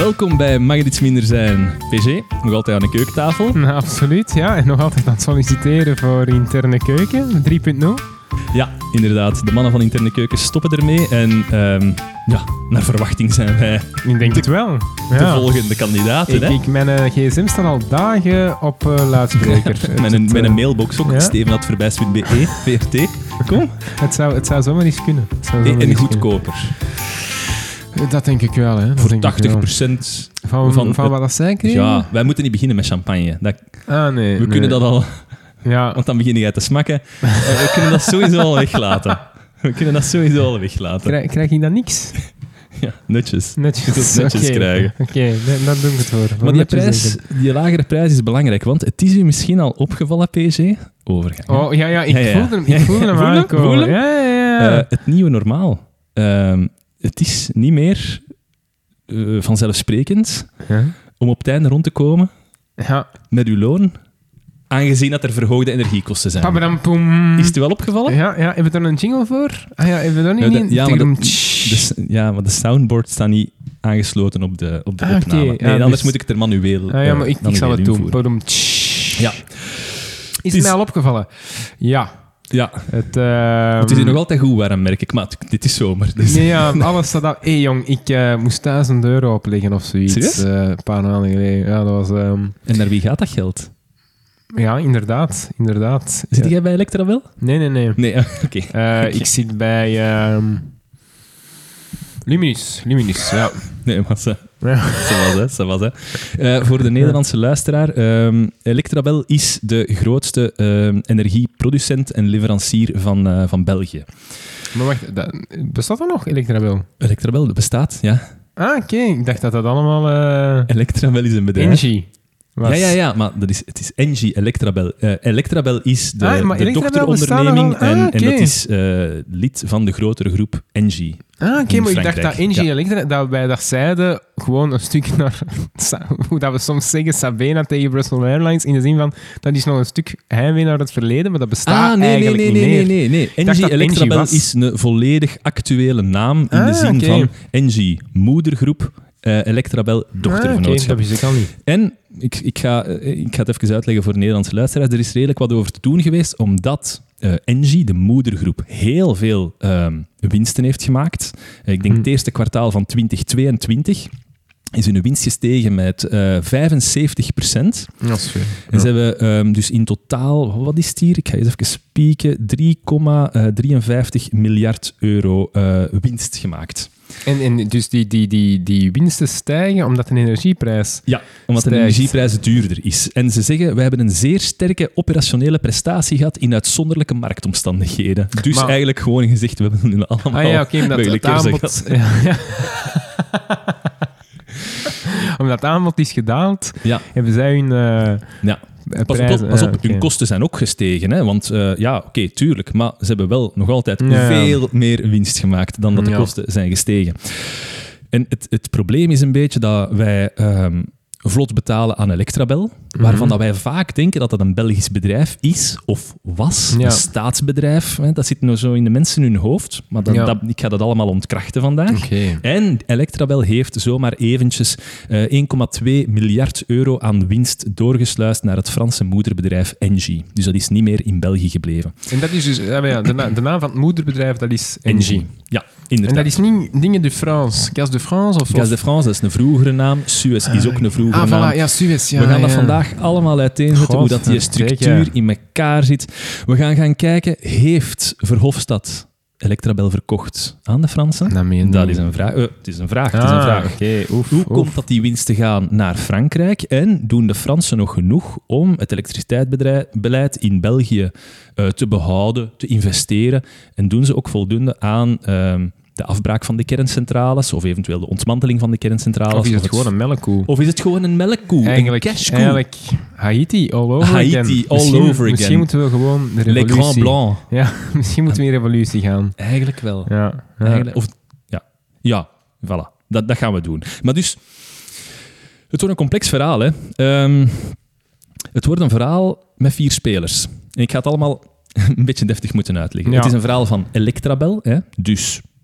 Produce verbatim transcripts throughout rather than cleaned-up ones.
Welkom bij Mag het iets minder zijn? P G, nog altijd aan de keukentafel. Nou, absoluut, ja. En nog altijd aan het solliciteren voor interne keuken drie punt nul. Ja, inderdaad. De mannen van interne keuken stoppen ermee. En um, ja, naar verwachting zijn wij Ik denk de, het wel. de Ja. volgende kandidaten. Ik, hè? ik, mijn uh, gsm staat al dagen op uh, luidspreker. Met een, met een mailbox ook. Ja? Steven at verbijst punt b e, V R T. Kom. Het zou, het zou zomaar eens kunnen. Het zou E- zomaar en eens goedkoper. kunnen. Dat denk ik wel, hè. Dat Voor denk ik tachtig wel. procent Van, van, van wat dat zij kregen? Ja, wij moeten niet beginnen met champagne. Dat, Ah, nee. we nee. kunnen dat al... Ja. Want dan begin jij te smakken. Uh, we kunnen dat sowieso al weglaten. We kunnen dat sowieso al weglaten. Krijg, krijg ik dan niks? Ja, netjes. Netjes. Je zult netjes Oké. krijgen. Oké, okay, dan doe ik het voor. Maar die, Netjes prijs, denken. die lagere prijs is belangrijk, want het is u misschien al opgevallen, P G. Overgang. hè? Oh, ja, ja. Ik Ja, ja. voelde hem, ik voelde hem Voel hem? aankomen. Voel hem? Ja, ja, ja. Uh, het nieuwe normaal. Uh, het is niet meer uh, vanzelfsprekend ja. om op het einde rond te komen ja. met uw loon, aangezien dat er verhoogde energiekosten zijn. Pabadampoem. Is het u wel opgevallen? Ja, ja, hebben we er een jingle voor? Ah ja, hebben we daar niet Ja, de- in? ja, maar Tigrum, de- tsch. De, s- ja, maar de soundboard staat niet aangesloten op de, op de Ah, oké. opname. Ja, Nee, anders dus- moet ik het er manueel Ah ja, maar ik, uh, ik zal het manueel doen. invoeren. Padum, tsch. Ja. Is is- het mij al opgevallen? Ja. Ja, Het, uh, het is hier nog altijd goed warm, merk ik. Maar het- dit is zomer. Dus. Nee, ja, alles staat al... Hé hey, jong, ik uh, moest thuis een deur openleggen of zoiets. Serieus? Uh, een paar maanden geleden. Ja, dat was... Um... En naar wie gaat dat geld? Ja, inderdaad. Inderdaad. Zit Ja. jij bij Electrabel? Nee, nee, nee. Nee, oké. Okay. Uh, Oké. Ik zit bij... Um... Luminus. Luminus, ja. Nee, maar ze... Ja. Ça was, hè. Ça was, hè. Uh, voor de Nederlandse luisteraar, um, Electrabel is de grootste um, energieproducent en leverancier van, uh, van België. Maar wacht, dat, bestaat er nog, Electrabel? Electrabel bestaat, ja. Ah, oké. Okay. Ik dacht dat dat allemaal... Uh... Electrabel is een bedrijf. Engie was. Ja, ja, ja, maar dat is, het is Engie Electrabel. Uh, Electrabel is de, Ah, maar de Electrabel dochteronderneming bestaat er al? en, Ah, en oké. dat is uh, lid van de grotere groep Engie. Ah, oké, in maar ik dacht Frankrijk. dat Engie Ja. Electra, dat wij dat zeiden, gewoon een stuk naar, hoe dat we soms zeggen, Sabena tegen Brussels Airlines, in de zin van, dat is nog een stuk heimwee naar het verleden, maar dat bestaat Ah, nee, nee, eigenlijk nee, niet nee, meer. nee, nee, nee. dacht Engie dat Engie Electrabel was. is een volledig actuele naam in Ah, de zin oké. van Engie, moedergroep, uh, Electrabel, Ah, oké, dochtervernootschap. dat wist ik al niet. En ik, ik, ga, eh, ik ga het even uitleggen voor Nederlandse luisteraars. Er is redelijk wat over te doen geweest, omdat uh, Engie, de moedergroep, heel veel um, winsten heeft gemaakt. Uh, ik denk Hm. het eerste kwartaal van twintig tweeëntwintig is hun winst gestegen met uh, vijfenzeventig procent. Dat is veel. En ze hebben um, dus in totaal, wat is het hier? Ik ga eens even spieken, drie komma drieënvijftig miljard euro uh, winst gemaakt. En, en dus die, die, die, die winsten stijgen omdat de energieprijs... Ja, omdat de stijgt. energieprijs duurder is. En ze zeggen, wij hebben een zeer sterke operationele prestatie gehad in uitzonderlijke marktomstandigheden. Dus Maar- eigenlijk gewoon gezegd, we hebben nu allemaal... Ah ja, oké, omdat wil het ik keer zeggen. aanbod... Ja, ja. Omdat het aanbod is gedaald, Ja, hebben zij hun uh, ja. Pas, pas, prijzen... pas op, ah, oké. hun kosten zijn ook gestegen. Hè? Want uh, ja, oké, okay, tuurlijk. Maar ze hebben wel nog altijd Ja, ja. veel meer winst gemaakt dan dat de Ja. kosten zijn gestegen. En het, het probleem is een beetje dat wij um, vlot betalen aan Electrabel, waarvan Mhm. dat wij vaak denken dat dat een Belgisch bedrijf is of was. Ja. Een staatsbedrijf. Hè? Dat zit nou zo in de mensen in hun hoofd. Maar dat, Ja. dat, ik ga dat allemaal ontkrachten vandaag. Oké. En Electrabel heeft zomaar eventjes uh, één komma twee miljard euro aan winst doorgesluist naar het Franse moederbedrijf Engie. Dus dat is niet meer in België gebleven. En dat is dus... Ja, maar ja, de, na- de naam van het moederbedrijf, dat is Engie. Ja, En inderdaad. dat is niet Dingen de France, Gaz de France of... Gaz de France, dat is een vroegere naam. Suez is ook een vroegere Ah, naam. voilà, ja, Suez, ja. We gaan dat ja. vandaag allemaal uiteenzetten, hoe dat die structuur Godverdikke. in elkaar zit. We gaan gaan kijken, heeft Verhofstadt Electrabel verkocht aan de Fransen? Dat meen je Dat niet. is een vraag. Uh, het is een vraag. Het is een Ah, vraag. oké. Oef, Hoe oef. komt dat die winsten gaan naar Frankrijk? En doen de Fransen nog genoeg om het elektriciteitsbeleid in België uh, te behouden, te investeren? En doen ze ook voldoende aan uh, de afbraak van de kerncentrales of eventueel de ontmanteling van de kerncentrales? Of is het gewoon een melkkoe? Of is het gewoon een melkkoe, Eigenlijk, een cashkoe? eigenlijk Haiti all over Haiti again. all misschien, over Misschien again. moeten we gewoon de Les revolutie... Grands Blancs. Ja, misschien moeten we in revolutie gaan. Eigenlijk wel. Ja, ja. Eigenlijk, of, ja. ja, voilà. Dat, dat gaan we doen. Maar dus, het wordt een complex verhaal. Hè. Um, het wordt een verhaal met vier spelers. En ik ga het allemaal een beetje deftig moeten uitleggen. Ja. Het is een verhaal van Electrabel, hè, dus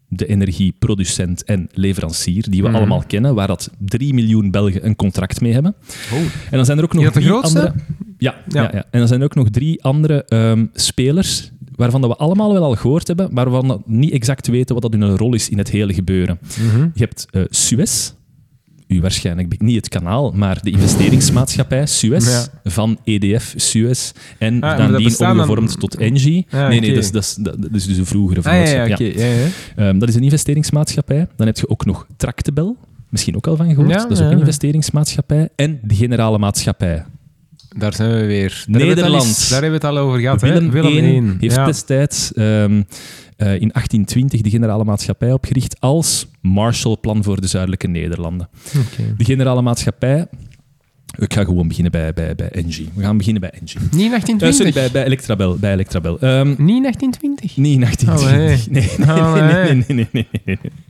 de energieproducent en leverancier, die we Mhm. allemaal kennen, waar dat drie miljoen Belgen een contract mee hebben. Oh. En dan zijn er ook nog Is dat de drie grootste? andere... Ja, ja. Ja. Ja, en dan zijn er ook nog drie andere ehm, spelers waarvan dat we allemaal wel al gehoord hebben, maar waarvan we niet exact weten wat dat hun rol is in het hele gebeuren. Mhm. Je hebt eh, Suez, u waarschijnlijk niet het kanaal, maar de investeringsmaatschappij Suez, Ja. van E D F Suez, en maar dan dat die bestaan dan- omgevormd tot Engie. Ah, nee, nee, oké. dat is, dat, is, dat, dat is dus een vroegere Ah, ja, vennootschap. ja, ja. oké. Ja, ja. Ehm, dat is een investeringsmaatschappij. Dan heb je ook nog Tractebel, misschien ook al van gehoord. Ja, dat is ja, ook een ja. investeringsmaatschappij. En de Generale Maatschappij. Daar zijn we weer. Daar hebben we het al Nederland. eens- Daar hebben we het al over gehad. hè? Willem, Willem I één. heeft Ja. destijds ehm, eh, in achttien twintig de Generale Maatschappij opgericht als Marshallplan voor de Zuidelijke Nederlanden. Oké. De Generale Maatschappij... Ik ga gewoon beginnen bij, bij, bij Engie. We gaan beginnen bij Engie. Niet in achttien Eh, sorry, twintig? bij, bij Electrabel. Bij Electrabel. Ehm, Niet in achttien twintig? niet in achttien twintig. Allee. Nee, nee, nee, Allee. nee, nee, nee, nee, nee, nee.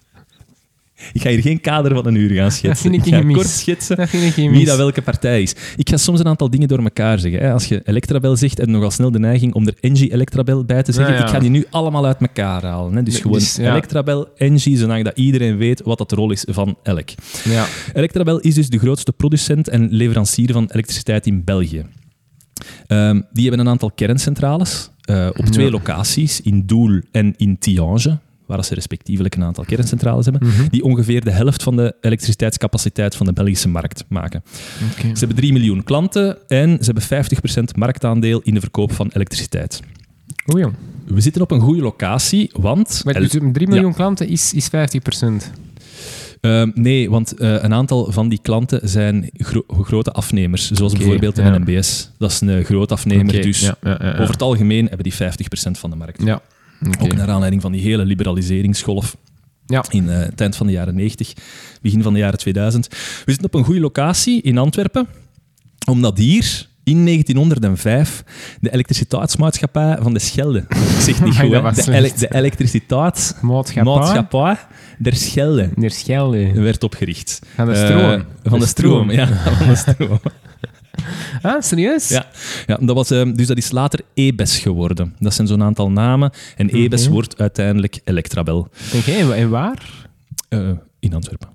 Ik ga hier geen kader van een uur gaan schetsen. vind ik ik ga gemis. kort schetsen Dat vind ik geen wie mis. dat welke partij is. Ik ga soms een aantal dingen door elkaar zeggen. Hè. Als je Electrabel zegt, en nogal snel de neiging om er Engie Electrabel bij te zeggen. Ja, ja. Ik ga die nu allemaal uit elkaar halen. Hè. Dus Nee, gewoon dus, ja. Electrabel, Engie, zodat dat iedereen weet wat dat de rol is van elk. Ja. Electrabel is dus de grootste producent en leverancier van elektriciteit in België. Ehm, die hebben een aantal kerncentrales eh, op twee Ja. locaties, in Doel en in Tihange, waar ze respectievelijk een aantal kerncentrales hebben, Mhm. die ongeveer de helft van de elektriciteitscapaciteit van de Belgische markt maken. Oké. Ze hebben drie miljoen klanten en ze hebben vijftig procent marktaandeel in de verkoop van elektriciteit. Oei, jong. We zitten op een goede locatie, want... Maar dus drie miljoen klanten is, is vijftig procent. Ehm, nee, want eh, een aantal van die klanten zijn gro- grote afnemers, zoals Oké, bijvoorbeeld de ja. N M B S. Dat is een groot afnemer, Oké, dus ja, ja, ja, ja. over het algemeen hebben die vijftig procent van de markt. Ja. Oké. Ook naar aanleiding van die hele liberaliseringsgolf Ja. in uh, het eind van de jaren negentig, begin van de jaren tweeduizend. We zitten op een goede locatie in Antwerpen, omdat hier in negentienhonderdvijf de elektriciteitsmaatschappij van de Schelde, ik zeg het niet Amai, goed, dat hè, was de, slecht. ele- de elektriciteitsmaatschappij Maatschappij. der Schelde Neer Schelde. werd opgericht. Van de Eh, stroom. van de stroom, ja. Van de stroom. Ah, serieus? Ja, ja dat was, eh, dus dat is later E B E S geworden. Dat zijn zo'n aantal namen. En E B E S Oké. wordt uiteindelijk Electrabel. Oké, en- en waar? Eh, in Antwerpen.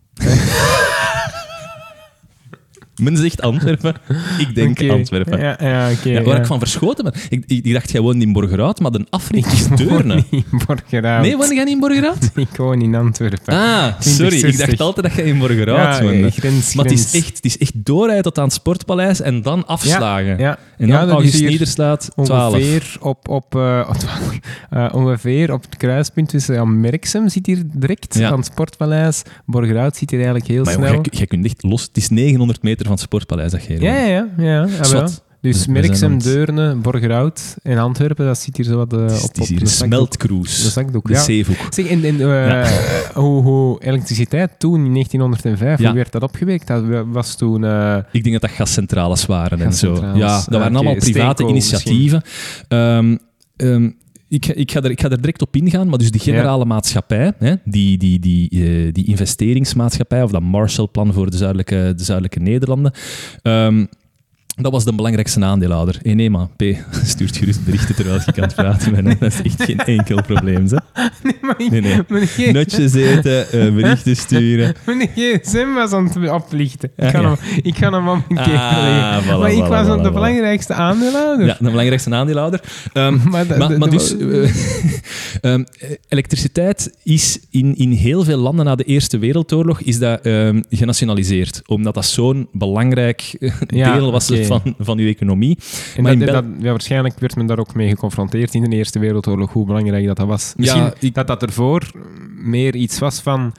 Men zegt Antwerpen, ik denk Oké. Antwerpen. Ja, ja oké. Ja, waar ja. ik van verschoten ben. Ik, ik, ik dacht, jij woont in Borgerhout, maar de afrit is woon Deurne. niet in Borgerhout. Nee, woon jij niet in Borgerhout? Ik woon in Antwerpen. Ah, sorry. Ik zestig. dacht altijd dat jij in Borgerhout ja, woonde. eh, grens, Maar het is, grens. echt, het is echt doorrijden tot aan het Sportpaleis en dan afslagen. Ja, En ja, dan dat is August hier Niederslaat, twaalf. ongeveer op, op, eh, twaalf. Eh, ongeveer op het kruispunt tussen ja, Merksem zit hier direct, Ja. aan het Sportpaleis. Borgerhout zit hier eigenlijk heel Maar joh, snel. jij, jij kunt echt los. Het is negenhonderd meter van het Sportpaleis dat jij Ja, ja, ja. ja, ja, Zwat. wel. Dus We- we zijn aan Merksem, het- Deurne, Borgerhout en Antwerpen, dat zit hier zo wat eh, Het is, op, het is op hier de een zakdoek. smeltcruise. De zakdoek, De ja. zeevoeg. Zeg, en, en, eh, Ja. hoe, hoe elektriciteit toen in negentienhonderdvijf, Ja. hoe werd dat opgewekt? Dat was toen... eh, Ik denk dat dat gascentrales waren en zo. Gascentrales. Ja, dat Ah, waren oké. allemaal private Steenkool initiatieven. Ehm, ehm, ik, ga- ik, ga er, ik ga er direct op ingaan, maar dus de generale maatschappij, hè, die, die, die, eh, die investeringsmaatschappij, of dat Marshallplan voor de zuidelijke, de zuidelijke Nederlanden, ehm, dat was de belangrijkste aandeelhouder. Hey, nee, maar P, stuurt gerust berichten terwijl je kan het praten bent. Hè. Dat is echt geen enkel probleem. Hè. nee, maar ik- Nee, nee. mijn G- Notjes eten, eh, berichten sturen. Mijn gsm was aan het oplichten. Ik Ah, ga, ja. hem, ik ga hem op mijn Ah, keer leggen. voilà, Maar ik voilà, was voilà, ook de voilà. belangrijkste aandeelhouder. Ja, de belangrijkste aandeelhouder. Ehm, Maar, de- maar, de- maar de- dus, eh, ehm, elektriciteit is in, in heel veel landen na de Eerste Wereldoorlog is dat ehm, genationaliseerd. Omdat dat zo'n belangrijk eh, Ja, deel was oké. van, van uw economie. en maar dat, in Bel- dat, ja, waarschijnlijk werd men daar ook mee geconfronteerd in de Eerste Wereldoorlog, hoe belangrijk dat, dat was. Misschien Ja, ik- dat dat ervoor meer iets was van...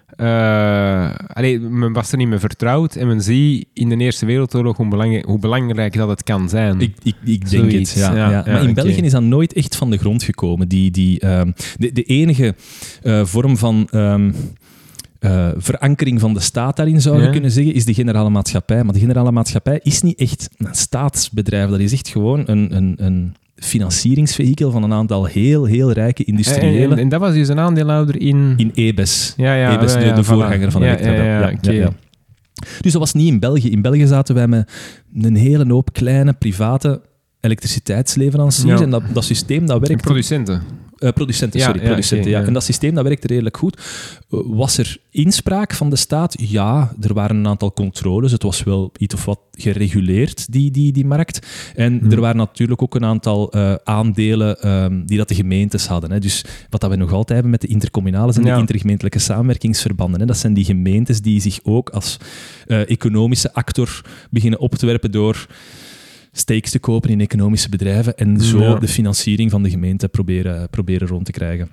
eh allee, men was er niet meer vertrouwd en men ziet in de Eerste Wereldoorlog hoe belangrijk, hoe belangrijk dat het kan zijn. Ik, ik, ik denk Zoiets, het, ja. ja, ja. ja, Maar in oké. België is dat nooit echt van de grond gekomen. Die, die, ehm, de, de enige eh, vorm van... ehm, eh, verankering van de staat daarin, zou je Ja. kunnen zeggen, is de generale maatschappij. Maar de generale maatschappij is niet echt een staatsbedrijf. Dat is echt gewoon een, een, een financieringsvehikel van een aantal heel, heel rijke en, industriëlen en, en dat was dus een aandeelhouder in... in E B E S. ja, ja, E B E S, ja, de, ja, de voilà. voorganger van ja, Electrabel. ja, ja, oké. Dus dat was niet in België. In België zaten wij met een hele hoop kleine, private elektriciteitsleveranciers. Ja. En dat, dat systeem dat En werkt... producenten. Uh, producenten, Ja, sorry. ja, producenten, oké, ja. ja. En dat systeem dat werkte redelijk goed. Uh, was er inspraak van de staat? Ja, er waren een aantal controles. Het was wel iets of wat gereguleerd, die, die, die markt. En Hmm. er waren natuurlijk ook een aantal uh, aandelen um, die dat de gemeentes hadden. Hè. Dus wat dat we nog altijd hebben met de intercommunales en Ja. de intergemeentelijke samenwerkingsverbanden. Hè. Dat zijn die gemeentes die zich ook als uh, economische actor beginnen op te werpen door stakes te kopen in economische bedrijven en zo Ja. de financiering van de gemeente proberen, proberen rond te krijgen.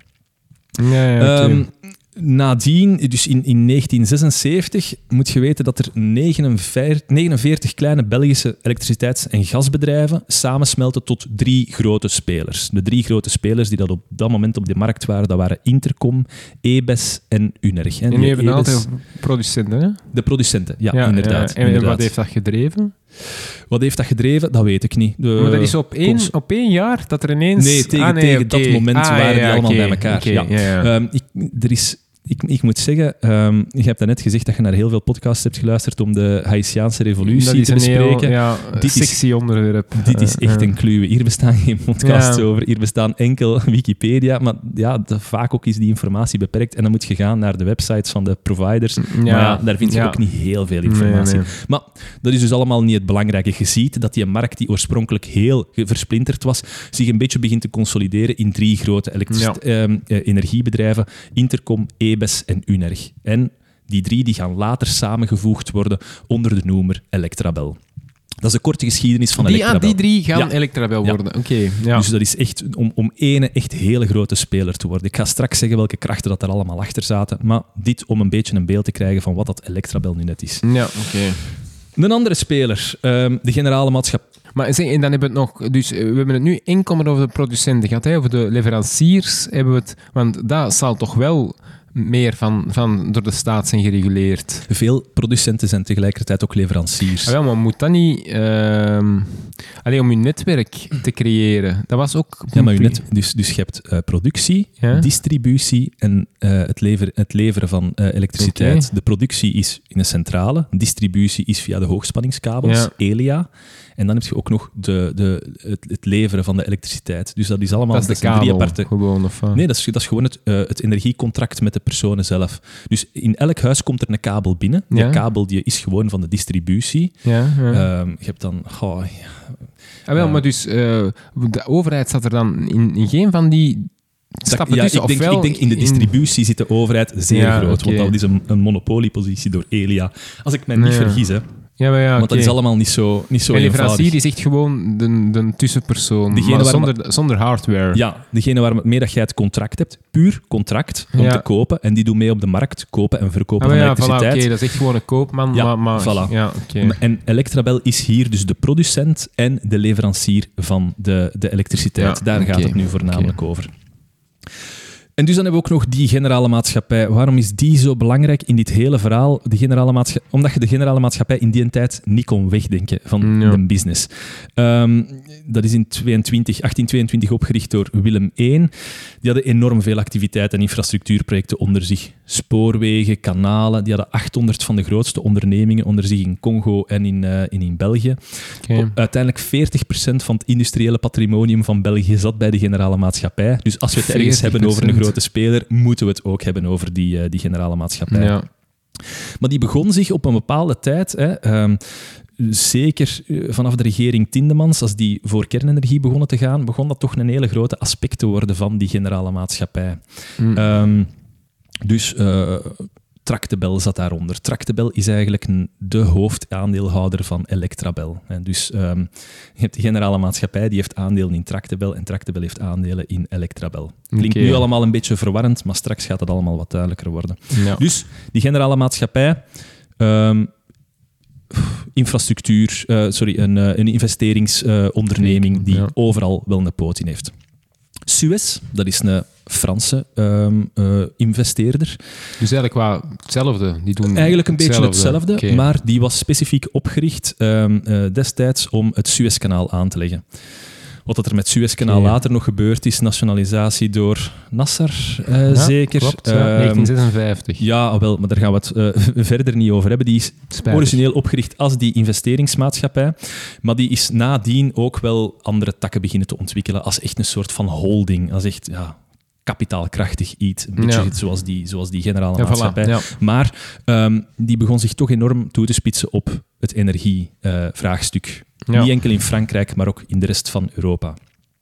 Ja, ja, oké. Um, nadien, dus in, in negentien zesenzeventig, moet je weten dat er negenenveertig, negenenveertig kleine Belgische elektriciteits- en gasbedrijven samensmelten tot drie grote spelers. De drie grote spelers die dat op dat moment op de markt waren, dat waren Intercom, E B E S en Unerg. Hè. En Die die hebben E B E S altijd producenten, hè? De producenten, ja, inderdaad. Ja. En inderdaad. wat heeft dat gedreven? Wat heeft dat gedreven? Dat weet ik niet. De, Maar dat is op één, cons- op één jaar dat er ineens... Nee, tegen, Ah, nee, tegen oké. dat moment Ah, waren ja, die allemaal oké, bij elkaar. oké, ja. ja, ja. Um, ik, er is, ik, ik moet zeggen, um, je hebt net gezegd dat je naar heel veel podcasts hebt geluisterd om de Haitiaanse revolutie Dat is te een bespreken. heel ja, Dit is- sexy onderwerp. Dit is Eh, echt eh. een kluwe. Hier bestaan geen podcasts Ja. over. Hier bestaan enkel Wikipedia. Maar ja, de- vaak ook is die informatie beperkt. En dan moet je gaan naar de websites van de providers. Ja. Maar ja, daar vind je Ja. ook niet heel veel informatie. Nee, nee. Maar dat is dus allemaal niet het belangrijke. Je ziet dat die markt die oorspronkelijk heel ge- versplinterd was, zich een beetje begint te consolideren in drie grote elektrici- ehm, eh, energiebedrijven. Intercom, E B E S en Unerg. En die drie die gaan later samengevoegd worden onder de noemer Electrabel. Dat is de korte geschiedenis van Die, ah, Electrabel. die drie gaan Ja. Electrabel Ja. worden. Oké, ja. Dus dat is echt om, om ene echt hele grote speler te worden. Ik ga straks zeggen welke krachten dat er allemaal achter zaten, maar dit om een beetje een beeld te krijgen van wat dat Electrabel nu net is. Ja, oké. Een andere speler, um, de generale maatschappij. Maar zeg, en dan hebben we het nog... Dus eh, we hebben het nu enkel maar over de producenten gehad. Hè? Over de leveranciers hebben we het... Want dat zal toch wel meer van, van door de staat zijn gereguleerd. Veel producenten zijn tegelijkertijd ook leveranciers. Ah, wel, maar moet dat niet... ehm Alleen om je netwerk te creëren. Dat was ook... Ja, maar u net, dus, dus je hebt uh, productie, Ja? distributie en uh, het, lever, het leveren van uh, elektriciteit. Oké. De productie is in een centrale, distributie is via de hoogspanningskabels, Ja. Elia. En dan heb je ook nog de, de, het, het leveren van de elektriciteit. Dus dat is allemaal Dat is de zijn drie kabel, aparte... gewoon, of wat? Nee, dat is, dat is gewoon het, uh, het energiecontract met de personen zelf. Dus in elk huis komt er een kabel binnen. Die Ja. kabel die is gewoon van de distributie. Ja, ja. Um, je hebt dan... Goh, ja, Ah, wel, ja. maar dus... eh, de overheid zat er dan in, in geen van die stappen ja, tussen? ik, denk, ofwel ik denk in de distributie zit de overheid zeer Ja, groot. oké. Want dat is een, een monopoliepositie door Elia. Als ik mij niet Nee, ja. vergis, hè. Ja, maar ja, Want oké. dat is allemaal niet zo, niet zo En leverancier eenvoudig. is echt gewoon de, de tussenpersoon, Degene maar waar zonder, zonder hardware. Ja, degene waarmee dat jij het contract hebt, puur contract om Ja. te kopen. En die doen mee op de markt, kopen en verkopen Ah, maar van ja, voilà, oké, elektriciteit. dat is echt gewoon een koopman. Ja, maar, maar, voilà. Ja, oké. En Electrabel is hier dus de producent en de leverancier van de, de elektriciteit. Ja, Daar oké, gaat het nu voornamelijk over. En dus dan hebben we ook nog die generale maatschappij. Waarom is die zo belangrijk in dit hele verhaal? De generale maatschappij, omdat je de generale maatschappij in die tijd niet kon wegdenken van Ja. de business. Um, dat is in tweeëntwintig, achttien tweeëntwintig opgericht door Willem de Eerste. Die hadden enorm veel activiteiten en infrastructuurprojecten onder zich. Spoorwegen, kanalen. Die hadden achthonderd van de grootste ondernemingen onder zich in Congo en in, uh, in, in België. Oké. Op, uiteindelijk veertig procent van het industriële patrimonium van België zat bij de generale maatschappij. Dus als we het ergens hebben over een grote speler, moeten we het ook hebben over die, uh, die generale maatschappij. Ja. Maar die begon zich op een bepaalde tijd, hè, um, zeker uh, vanaf de regering Tindemans, als die voor kernenergie begonnen te gaan, begon dat toch een hele grote aspect te worden van die generale maatschappij. Mm. Um, dus... Uh, Tractebel zat daaronder. Tractebel is eigenlijk een, de hoofdaandeelhouder van Electrabel. En dus um, je hebt de generale maatschappij, die heeft aandelen in Tractebel en Tractebel heeft aandelen in Electrabel. Klinkt Oké. nu allemaal een beetje verwarrend, maar straks gaat het allemaal wat duidelijker worden. Ja. Dus die generale maatschappij, um, infrastructuur, uh, sorry, een, uh, een investeringsonderneming die Ja. overal wel een poot in heeft. Suez, dat is een Franse um, uh, investeerder. Dus eigenlijk qua hetzelfde. Die doen Eigenlijk een beetje hetzelfde, Oké. maar die was specifiek opgericht um, uh, destijds om het Suezkanaal aan te leggen. Wat dat er met Suezkanaal Oké. later nog gebeurd is, nationalisatie door Nasser, uh, Ja, zeker. Klopt, ja. Um, negentien zesenvijftig. Ja, wel, maar daar gaan we het uh, verder niet over hebben. Die is Spijtig. origineel opgericht als die investeringsmaatschappij, maar die is nadien ook wel andere takken beginnen te ontwikkelen als echt een soort van holding. Als echt, ja, kapitaalkrachtig iets. Een beetje Ja. zoals, die, zoals die generale Ja, voilà, maatschappij. ja. Maar um, die begon zich toch enorm toe te spitsen op het energievraagstuk. Uh, Ja. Niet enkel in Frankrijk, maar ook in de rest van Europa.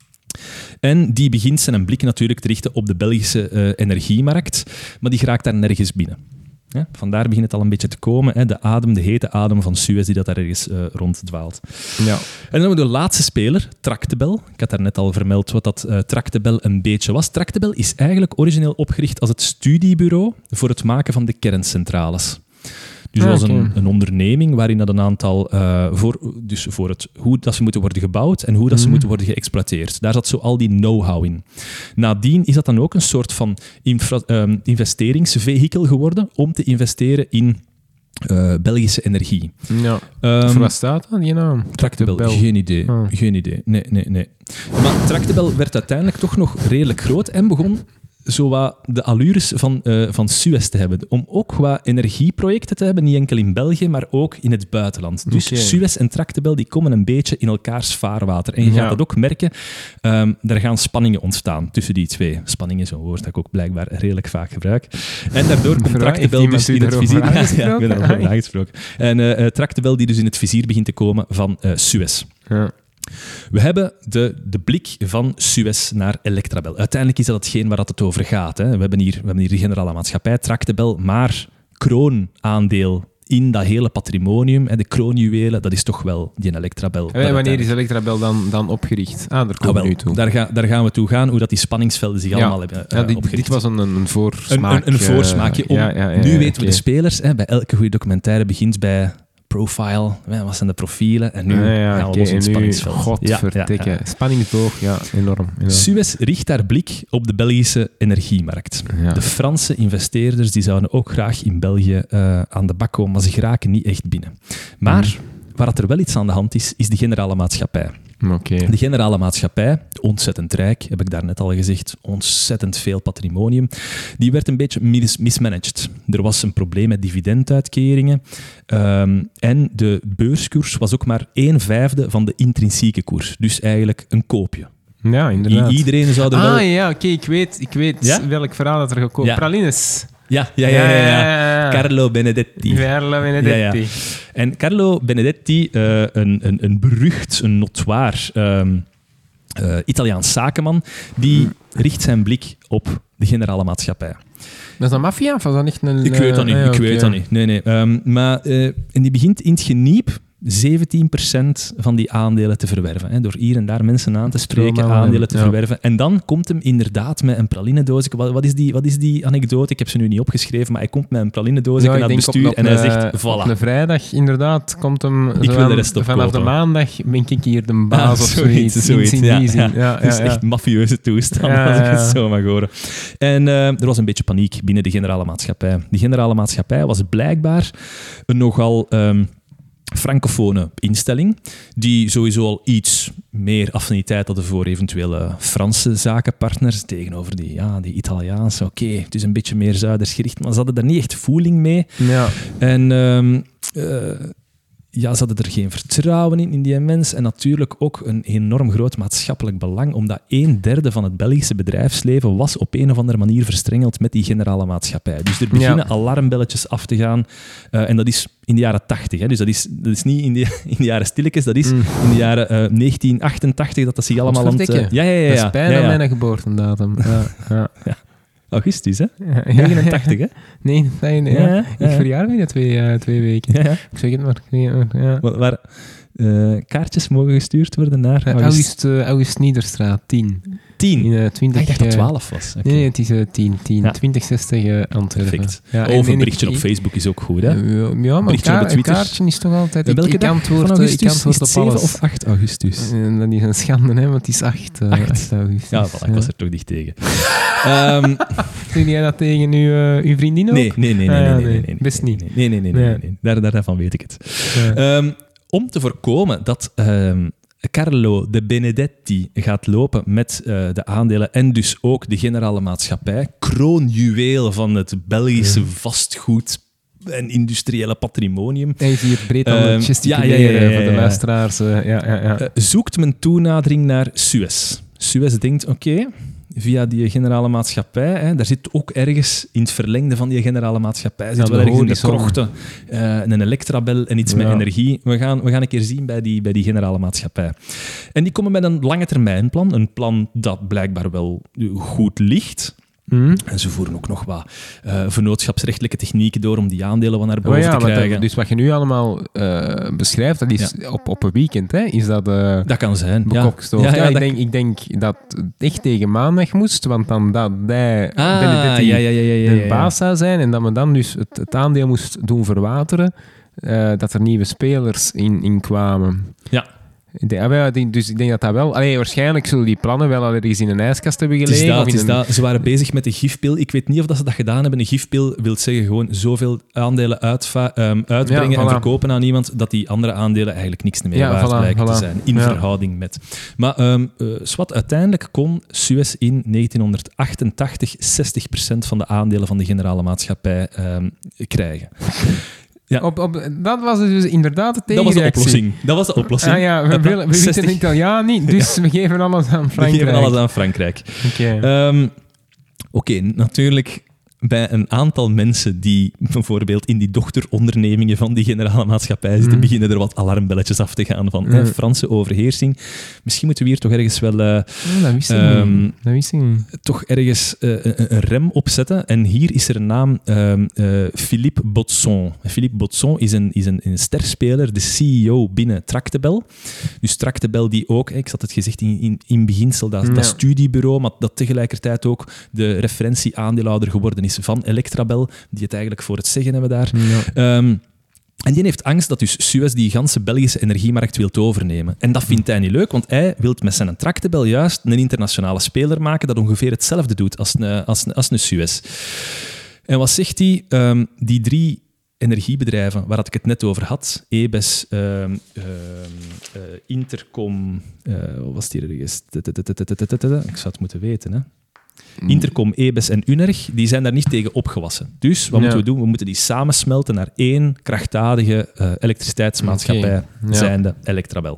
En die begint zijn blik natuurlijk te richten op de Belgische uh, energiemarkt, maar die geraakt daar nergens binnen. Ja, vandaar begint het al een beetje te komen. Hè, de adem, de hete adem van Suez die dat daar ergens uh, ronddwaalt. Ja. En dan hebben we de laatste speler, Tractebel. Ik had daarnet al vermeld wat dat uh, Tractebel een beetje was. Tractebel is eigenlijk origineel opgericht als het studiebureau voor het maken van de kerncentrales. Dus dat was Okay. een, een onderneming waarin dat een aantal, uh, voor, dus voor het, hoe dat ze moeten worden gebouwd en hoe dat ze Mm. moeten worden geëxploiteerd. Daar zat zo al die know-how in. Nadien is dat dan ook een soort van infra, um, investeringsvehikel geworden om te investeren in uh, Belgische energie. Ja. Um, Voor wat staat dat, die naam? Tractebel, geen idee. Oh. Geen idee. Nee, nee, nee. Maar Tractebel werd uiteindelijk toch nog redelijk groot en begon zo wat de allures van, uh, van Suez te hebben. Om ook wat energieprojecten te hebben, niet enkel in België, maar ook in het buitenland. Dus Okay. Suez en Tractebel die komen een beetje in elkaars vaarwater. En je Ja. gaat dat ook merken, um, er gaan spanningen ontstaan tussen die twee. Spanning is een woord dat ik ook blijkbaar redelijk vaak gebruik. En daardoor komt Heeft Tractebel iemand dus u in het erover vizier... aangesproken? Ja, ik ben erover Ah, ja. aangesproken. En uh, uh, Tractebel die dus in het vizier begint te komen van uh, Suez. Ja. We hebben de, de blik van Suez naar Electrabel. Uiteindelijk is dat hetgeen waar het over gaat. Hè. We, hebben hier, we hebben hier de generale maatschappij, Tractebel, maar kroonaandeel in dat hele patrimonium, hè, de kroonjuwelen, dat is toch wel die Electrabel. En wanneer is Electrabel dan, dan opgericht? Ah, daar Ah, komen we wel, nu toe. daar, ga, daar gaan we toe gaan, hoe dat die spanningsvelden zich Ja. allemaal hebben uh, Ja, dit, opgericht. dit was een, een Een, voorsmaak. een, een voorsmaakje. Om, eh, ja, ja, ja, nu ja, weten we oké. de spelers. Hè, bij elke goede documentaire begint bij profile. Hè, wat zijn de profielen? En nu Ja, ja, gaan we oké, los in het en nu, spanningsveld. godverdikke. Ja, ja, ja. Spanningsboog, ja, enorm. enorm. Suez richt haar blik op de Belgische energiemarkt. Ja. De Franse investeerders die zouden ook graag in België uh, aan de bak komen, maar ze geraken niet echt binnen. Maar Mm. waar er wel iets aan de hand is, is de generale maatschappij. Oké. De generale maatschappij, ontzettend rijk, heb ik daarnet al gezegd, ontzettend veel patrimonium, die werd een beetje mis- mismanaged. Er was een probleem met dividenduitkeringen um, en de beurskoers was ook maar een vijfde van de intrinsieke koers. Dus eigenlijk een koopje. Ja, inderdaad. I- iedereen zou er ah, wel... ja, oké, ik weet, ik weet Ja? welk verhaal dat er gekomen Ja. Pralines. Ja, ja, ja, ja, ja. ja. Carlo Benedetti. Carlo Benedetti. Ja, ja. En Carlo Benedetti, uh, een, een, een berucht, een notoire um, uh, Italiaans zakenman, die richt zijn blik op de generale maatschappij. Dat is een maffia of was dat echt een... Ik weet dat niet, uh, ik ja, weet oké. dat niet. Nee, nee. Um, maar, uh, en die begint in het geniep zeventien procent van die aandelen te verwerven. Hè, door hier en daar mensen aan te spreken, Stroomman, aandelen te ja. verwerven. En dan komt hem inderdaad met een pralinedoos. Wat, wat, is die, wat is die anekdote? Ik heb ze nu niet opgeschreven, maar hij komt met een pralinedoos Ja, naar ik het denk bestuur op, op en hij een- zegt, Op voilà. een vrijdag, inderdaad, komt hem... Ik zo wil de aan- rest Vanaf opkopen. de maandag ben ik hier de baas Ah, of zoiets. zoiets, Iets in ja, die zin. ja. Ja, ja, Dat is ja. echt mafieuze toestand, Ja, als ik ja, het ja. zo mag horen. En uh, er was een beetje paniek binnen de generale maatschappij. Die generale maatschappij was blijkbaar een nogal... Um, francofone instelling, die sowieso al iets meer affiniteit hadden voor eventuele Franse zakenpartners tegenover die, ja, die Italiaanse. Oké, okay, het is een beetje meer Zuiders gericht, maar ze hadden daar niet echt voeling mee. Ja. En um, uh, ja, ze hadden er geen vertrouwen in, in die mens. En natuurlijk ook een enorm groot maatschappelijk belang, omdat een derde van het Belgische bedrijfsleven was op een of andere manier verstrengeld met die generale maatschappij. Dus er beginnen Ja. alarmbelletjes af te gaan. Uh, en dat is in de jaren tachtig. Hè. Dus dat is, dat is niet in de, in de jaren stilletjes, dat is Mm. in de jaren uh, negentien achtentachtig dat dat zich allemaal aan het... Godverdikke. Uh, ja, ja, ja, ja. Dat is bijna ja, ja. mijn geboortedatum. Ja, ja. Augustus, hè? Ja, ja. negenentachtig, hè? Nee, nee, nee. Ja, Ja, ja, Ik ja. verjaar binnen twee, uh, twee weken. Ja, ja. Ik zeg het maar. Ik zeg het maar, ja. Waar, waar uh, kaartjes mogen gestuurd worden naar Uh, August August, uh, August Niederstraat, tien. tien. In, uh, twintig, Ah, ik dacht dat uh, twaalf was. Okay. Nee, nee, het is uh, tien, tien. Ja. twintig zestig uh, Antwerpen. Perfect. Ja, Of een en berichtje ik- op Facebook is ook goed, hè? Uh, ja, maar Berichtje op een, de Twitter. een kaartje is toch altijd... En Ik, welke ik dag antwoord, van uh, augustus? ik antwoord Is het op zeven alles. of acht augustus? Uh, dat is een schande, hè, want het is acht, uh, Acht. acht augustus. Ja, voilà, ik was er toch dicht tegen. um, Doe jij dat tegen uw, uh, uw vriendin ook? nee, nee, nee, nee, Ah, ja, nee, nee, nee, nee, nee, best nee, niet. Nee, nee, nee, nee, Ja. nee, nee. Daar, daar, daarvan weet ik het. Ja. Um, om te voorkomen dat um, Carlo de Benedetti gaat lopen met uh, de aandelen en dus ook de generale maatschappij, kroonjuweel van het Belgische Ja. vastgoed en industriële patrimonium, Hij is hier breed aan Ehm, het gesticuleren ja, ja, ja, ja, ja, voor de ja. luisteraars. uh, ja, ja, ja. uh, zoekt men toenadering naar Suez. Suez denkt, oké, okay, via die generale maatschappij. Hè. Daar zit ook ergens in het verlengde van die generale maatschappij, zit Ja, wel de ergens in de horizon. krochten uh, een Electrabel en iets Ja. met energie. We gaan, we gaan een keer zien bij die, bij die generale maatschappij. En die komen met een lange termijnplan, een plan dat blijkbaar wel goed ligt. Mm. En ze voeren ook nog wat uh, vennootschapsrechtelijke technieken door om die aandelen wat naar boven Oh ja, te wat krijgen. dat, dus wat je nu allemaal uh, beschrijft, dat is Ja. op, op een weekend, hè? Is dat uh, Dat kan zijn, ja. bekokstoofd? Ja, Ja, ja, ik, dat- denk, ik denk dat het echt tegen maandag moest, want dan dat hij Ah, Benedetti ja, ja, ja, ja, ja, de ja. baas zou zijn en dat men dan dus het, het aandeel moest doen verwateren, uh, dat er nieuwe spelers in, in kwamen. Ja. Ik denk, ah, wel, ik denk- dus ik denk dat dat wel... Allee, waarschijnlijk zullen die plannen wel al ergens in een ijskast hebben Het gelegen. is dat, of in het is een- dat. Ze waren bezig met de gifpil. Ik weet niet of dat ze dat gedaan hebben. Een gifpil wil zeggen gewoon zoveel aandelen uitva- um, uitbrengen Ja, en voilà. verkopen aan iemand, dat die andere aandelen eigenlijk niks meer Ja, waard voilà, blijken te voilà. zijn, in Ja. verhouding met. Maar um, uh, Swat, uiteindelijk kon Suez in negentienhonderdachtentachtig zestig procent van de aandelen van de generale maatschappij um, krijgen. Ja. Op, op, dat was dus inderdaad de Dat was de tegenreactie. oplossing. Dat was de oplossing. Ah ja, we, Het willen, we weten zestig het Italiaan niet, dus we geven alles aan We Frankrijk. geven alles aan Frankrijk. Oké. Um, Oké, natuurlijk bij een aantal mensen die bijvoorbeeld in die dochterondernemingen van die generale maatschappij zitten, Mm. beginnen er wat alarmbelletjes af te gaan van Mm. eh, Franse overheersing. Misschien moeten we hier toch ergens wel eh, Oh, dat wist ik Ehm, niet. Dat wist ik niet. toch ergens eh, een, een rem opzetten. En hier is er een naam, um, uh, Philippe Botson. Philippe Botson is een, is een, een sterspeler, de C E O binnen Tractebel. Dus Tractebel die ook, ik had het gezegd in, in, in beginsel, dat, Ja. dat studiebureau, maar dat tegelijkertijd ook de referentie-aandeelhouder geworden is van Electrabel, die het eigenlijk voor het zeggen hebben daar. Ja. Um, en die heeft angst dat dus Suez die ganse Belgische energiemarkt wil overnemen. En dat vindt hij niet leuk, want hij wil met zijn Tractebel juist een internationale speler maken dat ongeveer hetzelfde doet als een, als een, als een Suez. En wat zegt hij? Um, die drie energiebedrijven waar ik het net over had, E B E S, um, um, uh, Intercom, uh, wat was die ergens? Ik zou het moeten weten, hè. Intercom, E B E S en Unerg, die zijn daar niet tegen opgewassen. Dus wat Ja. moeten we doen? We moeten die samensmelten naar één krachtdadige uh, elektriciteitsmaatschappij, Oké, ja. zijnde Electrabel.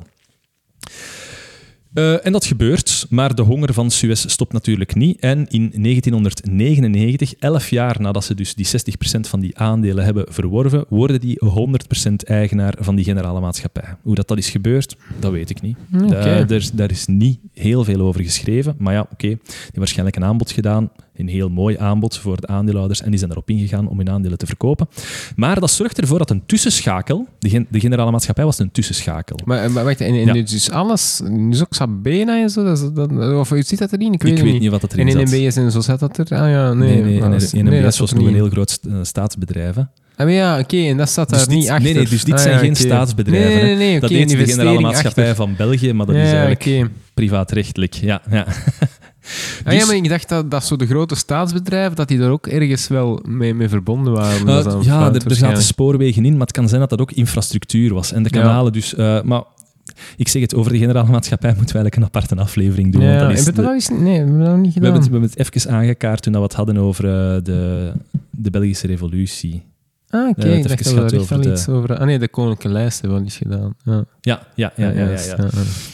Uh, en dat gebeurt, maar de honger van Suez stopt natuurlijk niet. En in negentienhonderdnegenennegentig, elf jaar nadat ze dus die zestig procent van die aandelen hebben verworven, worden die honderd procent eigenaar van die generale maatschappij. Hoe dat, dat is gebeurd, dat weet ik niet. Oké. Da- daar, daar is niet heel veel over geschreven. Maar ja, oké, okay, die hebben waarschijnlijk een aanbod gedaan, een heel mooi aanbod voor de aandeelhouders, en die zijn erop ingegaan om hun aandelen te verkopen. Maar dat zorgt ervoor dat een tussenschakel, de, gen- de generale maatschappij was een tussenschakel. Maar, maar wacht, en, en Ja. dus is alles, dus ook Sabena en zo, dat, is- dat, of zit dat erin? Ik weet, Ik het weet niet wat dat En erin in zat. N B S en zo zat dat er? Ah ja, nee. Nee, nee, maar nee, dat is- N B S nee, dat was zat er nog een niet heel groot st- uh, staatsbedrijf. Hè. Ah, maar ja, oké, en dat staat daar Dus dit- niet achter. nee, nee, dus dit Ah, zijn ja, geen oké. staatsbedrijven. Nee, hè. nee, nee, Dat oké, deed de een generale investering maatschappij achter. van België, maar dat is Ja, eigenlijk oké. privaatrechtelijk. Ja, ja. Ah, ja, Dus- maar ik dacht dat, dat zo de grote staatsbedrijven, dat die daar ook ergens wel mee, mee verbonden waren. Uh, Dat is dan ja, fout er, er zaten waarschijnlijk. spoorwegen in, maar het kan zijn dat dat ook infrastructuur was. En de Ja. kanalen dus... uh, maar ik zeg het, over de generale maatschappij moeten we eigenlijk een aparte aflevering doen. want Ja, dat is heb je de- dat al eens... Nee, we hebben dat nog niet we, gedaan. hebben het, we hebben het even aangekaart toen we het hadden over uh, de, de Belgische revolutie. Ah, oké, Eh, ik het dacht even dat we gaat er echt over wel de- iets over... Ah nee, de Koninklijke Lijst hebben we al eens gedaan. Ja, Ja, ja, ja. ja, ja, juist, ja. ja,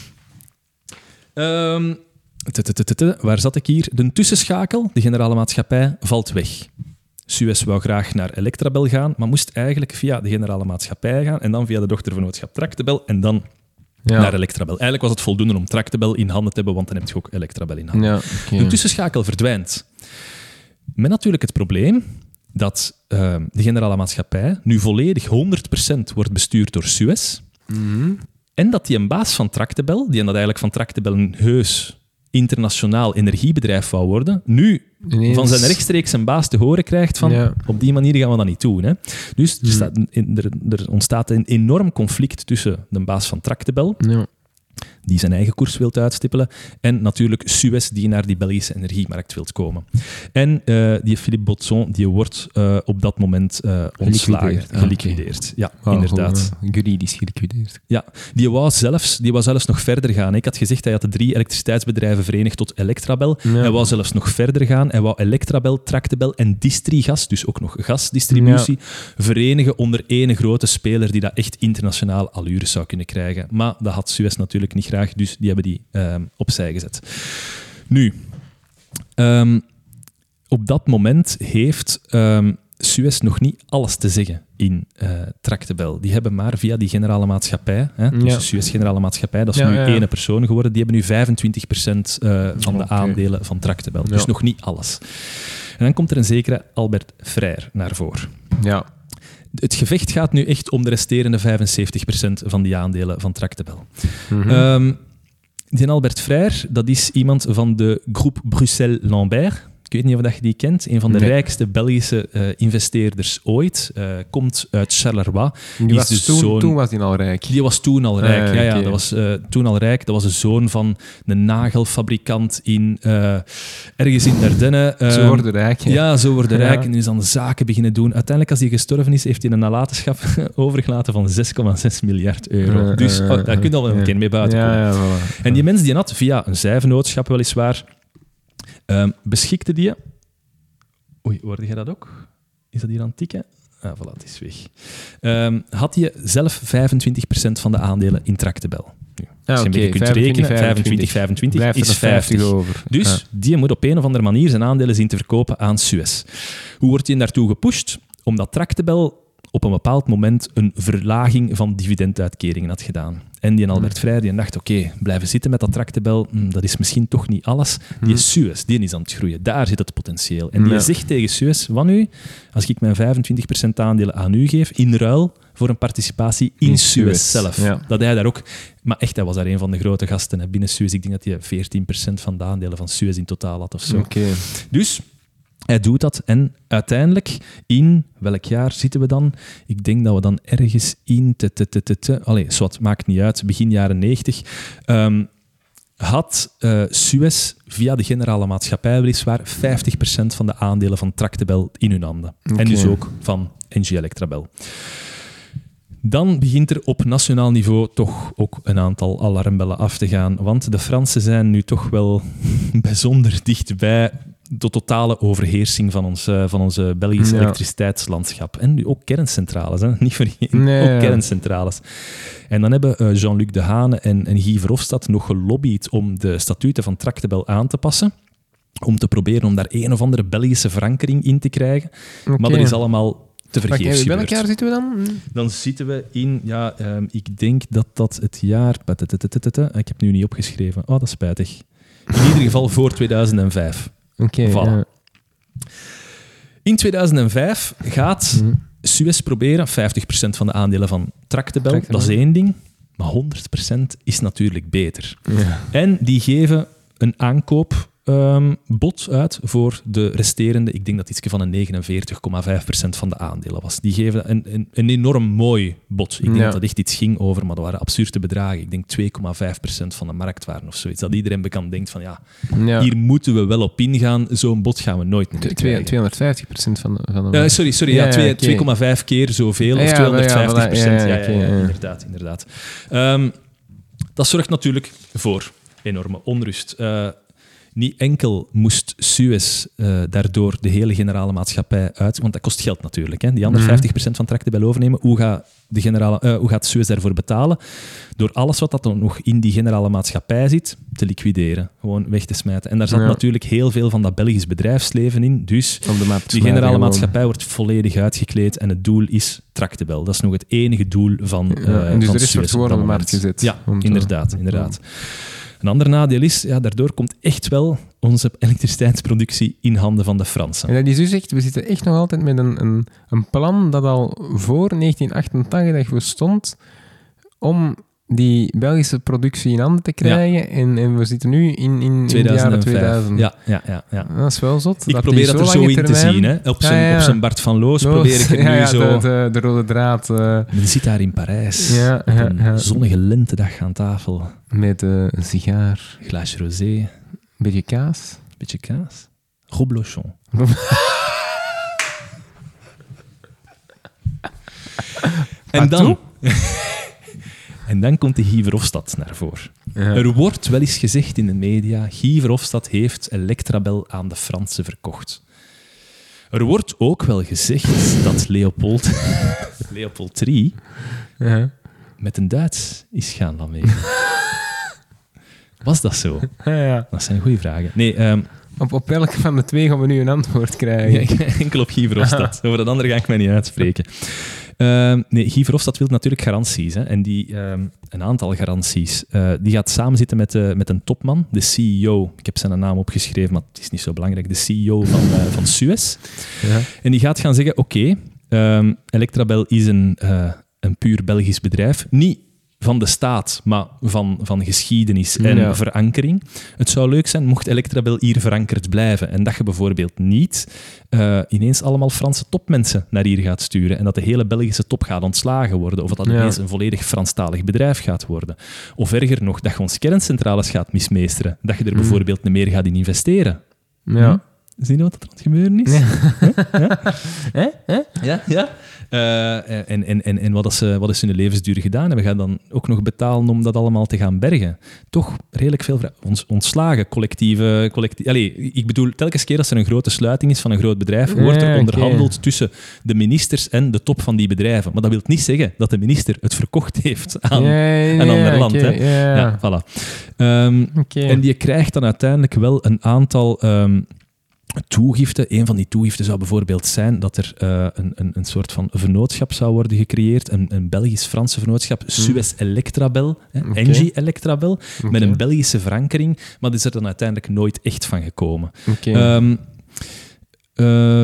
ja. Ehm, tututututu, waar zat ik hier? De tussenschakel, de generale maatschappij, valt weg. Suez wou graag naar Electrabel gaan, maar moest eigenlijk via de generale maatschappij gaan en dan via de dochtervennootschap Tractebel en dan Ja. naar Electrabel. Eigenlijk was het voldoende om Tractebel in handen te hebben, want dan heb je ook Electrabel in handen. Ja, oké. De tussenschakel verdwijnt. Met natuurlijk het probleem dat uh, de generale maatschappij nu volledig honderd procent wordt bestuurd door Suez. Mhm. En dat die een baas van Tractebel, die dat eigenlijk van Tractebel een heus internationaal energiebedrijf wou worden, nu Ineens- van zijn rechtstreeks een baas te horen krijgt van Ja. op die manier gaan we dat niet doen. Hè. Dus er, Hmm. staat een- er, er ontstaat een enorm conflict tussen de baas van Tractebel, Ja. die zijn eigen koers wilt uitstippelen, en natuurlijk Suez, die naar die Belgische energiemarkt wilt komen. En uh, die Philippe Botson, die wordt uh, op dat moment uh, ontslagen, Geliquideerd. Ah, geliquideerd. Ja, Wauw, inderdaad. gewoon, uh, juridisch geliquideerd. Ja, die wou, zelfs, die wou zelfs nog verder gaan. Ik had gezegd, hij had de drie elektriciteitsbedrijven verenigd tot Electrabel. Ja. Hij wou zelfs nog verder gaan. Hij wou Electrabel, Tractebel en Distrigas, dus ook nog gasdistributie, verenigen onder één grote speler die dat echt internationaal allures zou kunnen krijgen. Maar dat had Suez natuurlijk niet graag, dus die hebben die uh, opzij gezet. Nu, Um, op dat moment heeft um, Suez nog niet alles te zeggen in uh, Tractebel. Die hebben maar via die generale maatschappij, hè, dus Ja. de Suez generale maatschappij, dat is Ja, nu ja, ja. één persoon geworden, die hebben nu vijfentwintig procent uh, van de Okay. aandelen van Tractebel. Ja. Dus nog niet alles. En dan komt er een zekere Albert Frère naar voren. Ja. Het gevecht gaat nu echt om de resterende vijfenzeventig procent van die aandelen van Tractebel. Mhm. Um, die Albert Frère, dat is iemand van de groep Bruxelles-Lambert. Ik weet niet of dat je die kent. Een van de Nee. rijkste Belgische uh, investeerders ooit. Uh, komt uit Charleroi. Die Die was is de toen, zoon- toen was hij al rijk. Die was toen al rijk. Ah, ja, ja, oké. dat was uh, toen al rijk. Dat was de zoon van een nagelfabrikant in, uh, ergens in Dardenne. Uh, Zo worden rijk. hè. Ja, zo worden Ja. rijk. En is dan zaken beginnen doen. Uiteindelijk, als hij gestorven is, heeft hij een nalatenschap overgelaten van zes komma zes miljard euro. Uh, dus uh, oh, daar kun je al een ja. keer mee buiten komen. Ja, ja, voilà. En die mens die had via een zijvennootschap weliswaar, um, beschikte die... Oei, hoorde jij dat ook? Is dat hier aan het tikken? Ah, voilà, het is weg. Um, had hij zelf vijfentwintig procent van de aandelen in Tractebel. Nu, als je een oké, beetje kunt vijfentwintig, rekenen, vijfentwintig, vijfentwintig Blijft er is nog vijftig vijftig. over. Dus Ja. die moet op een of andere manier zijn aandelen zien te verkopen aan Suez. Hoe wordt hij naartoe gepusht? Omdat Tractebel op een bepaald moment een verlaging van dividenduitkeringen had gedaan. En die Albert Frère die dacht, oké, okay, blijven zitten met dat Tractebel, hm, dat is misschien toch niet alles. Die Suez, die is aan het groeien. Daar zit het potentieel. En die Ja. zegt tegen Suez, van u, als ik mijn vijfentwintig procent aandelen aan u geef, in ruil voor een participatie in, In Suez, Suez, zelf. ja. Dat hij daar ook... Maar echt, hij was daar een van de grote gasten hè, binnen Suez. Ik denk dat hij veertien procent van de aandelen van Suez in totaal had of zo. Oké. Dus hij doet dat en uiteindelijk in welk jaar zitten we dan? Ik denk dat we dan ergens in... Te, te, te, te, te, allee, zwart, maakt niet uit. Begin jaren negentig. Um, had uh, Suez via de generale maatschappij weliswaar vijftig procent van de aandelen van Tractebel in hun handen. Okay. En dus ook van N G Electrabel. Dan begint er op nationaal niveau toch ook een aantal alarmbellen af te gaan. Want de Fransen zijn nu toch wel bijzonder dichtbij de totale overheersing van ons, uh, van onze Belgische Ja. elektriciteitslandschap. En nu ook kerncentrales, hè? Niet vergeten. Nee, ook ja. kerncentrales. En dan hebben uh, Jean-Luc Dehaene en, en Guy Verhofstadt nog gelobbyd om de statuten van Tractebel aan te passen. Om te proberen om daar een of andere Belgische verankering in te krijgen. Oké. Maar dat is allemaal te Wacht, vergeefs in welk gebeurd. jaar zitten we dan? Dan zitten we in, ja, um, ik denk dat dat het jaar... Ik heb nu niet opgeschreven. Oh, dat is spijtig. In ieder geval voor tweeduizend vijf. Oké. Voilà. ja. In tweeduizend vijf gaat Mhm. Suez proberen vijftig procent van de aandelen van Tractebel. Tractebel. Dat is één ding. Maar honderd procent is natuurlijk beter. Ja. En die geven een aankoopbod um, uit voor de resterende, ik denk dat iets van een negenenveertig komma vijf procent van de aandelen was. Die geven een, een, een enorm mooi bod. Ik denk Ja. dat dat echt iets ging over, maar dat waren absurde bedragen. Ik denk twee komma vijf procent van de marktwaarde of zoiets. Dat iedereen bekend denkt van ja, Ja. hier moeten we wel op ingaan. Zo'n bod gaan we nooit meer Twee- krijgen. tweehonderdvijftig procent van de... Van de Uh, sorry, sorry Ja, ja, ja, twee- oké. twee komma vijf keer zoveel, Ja, of ja, tweehonderdvijftig procent. ja, Ja, ja, ja, oké, ja, ja. inderdaad. inderdaad. Um, dat zorgt natuurlijk voor enorme onrust. Uh, niet enkel moest Suez uh, daardoor de hele generale maatschappij uit... Want dat kost geld natuurlijk. Hè. Die andere Mhm. vijftig procent van Tractebel overnemen. Hoe gaat, de generale, uh, hoe gaat Suez daarvoor betalen? Door alles wat dat dan nog in die generale maatschappij zit, te liquideren. Gewoon weg te smijten. En daar zat Ja. natuurlijk heel veel van dat Belgisch bedrijfsleven in. Dus Op de map te die smijten generale gewoon. maatschappij wordt volledig uitgekleed en het doel is Tractebel. Dat is nog het enige doel van uh, Ja, en dus van de rest Suez wordt gewoon dat op de moment. markt gezet. Ja, Om te- inderdaad. inderdaad. Een ander nadeel is, ja, daardoor komt echt wel onze elektriciteitsproductie in handen van de Fransen. En dat is dus echt, we zitten echt nog altijd met een, een, een plan dat al voor negentien achtentachtig bestond om die Belgische productie in handen te krijgen. En, en we zitten nu in, in, in de jaren tweeduizend. Ja, ja, ja, ja. Dat is wel zot. Ik dat probeer die dat er zo lange in te termijn- zien. Hè. Op zijn, Ja, ja. op zijn Bart van Loos Loos, probeer ik het ja, nu ja, zo... De, de, de rode draad uh, Men zit daar in Parijs, Ja, op ja, een ja. zonnige lentedag aan tafel. met uh, een sigaar, Glaasje rosé, een beetje kaas. beetje kaas. Roblochon. En dan... En dan komt de Guy Verhofstadt naar voren. Ja. Er wordt wel eens gezegd in de media, Guy Verhofstadt heeft Electrabel aan de Fransen verkocht. Er wordt ook wel gezegd dat Leopold, Leopold de derde Ja. met een Duits is gaan lameren. Was dat zo? Ja, ja. Dat zijn goede vragen. Nee, um, Op, op welke van de twee gaan we nu een antwoord krijgen? Ja, enkel op Guy Verhofstadt. Over dat andere ga ik mij niet uitspreken. Uh, nee, Guy Verhofstadt wil natuurlijk garanties. Hè, en die, uh, een aantal garanties. Uh, die gaat samenzitten met, uh, met een topman, de C E O. Ik heb zijn naam opgeschreven, maar het is niet zo belangrijk. De C E O van, uh, van Suez. Ja. En die gaat gaan zeggen, oké, okay, um, Electrabel is een, uh, een puur Belgisch bedrijf. Niet van de staat, maar van, van geschiedenis en ja. verankering. Het zou leuk zijn mocht Electrabel hier verankerd blijven en dat je bijvoorbeeld niet uh, ineens allemaal Franse topmensen naar hier gaat sturen en dat de hele Belgische top gaat ontslagen worden of dat ja. ineens een volledig Franstalig bedrijf gaat worden. Of erger nog, dat je ons kerncentrales gaat mismeesteren. Dat je er mm. bijvoorbeeld niet meer gaat in investeren. Ja. Hm? Zie je wat er aan het gebeuren is? Ja. Ja? Hè? Hè? Ja, ja. Uh, en en, en, en wat, is, uh, wat is hun levensduur gedaan? En we gaan dan ook nog betalen om dat allemaal te gaan bergen. Toch redelijk veel vra- Ons, ontslagen, collectieve... Collectie, Allee, ik bedoel, telkens keer als er een grote sluiting is van een groot bedrijf, wordt er onderhandeld okay. tussen de ministers en de top van die bedrijven. Maar dat wil niet zeggen dat de minister het verkocht heeft aan yeah, een ander land. Okay, hè? Yeah. Ja, voilà. Um, okay. En die krijgt dan uiteindelijk wel een aantal... Um, toegiften. Een van die toegiften zou bijvoorbeeld zijn dat er uh, een, een, een soort van vennootschap zou worden gecreëerd, een, een Belgisch-Franse vennootschap, Suez Electrabel, okay. Engie Electrabel, okay. met een Belgische verankering, maar dat is er dan uiteindelijk nooit echt van gekomen. Okay. Um, uh,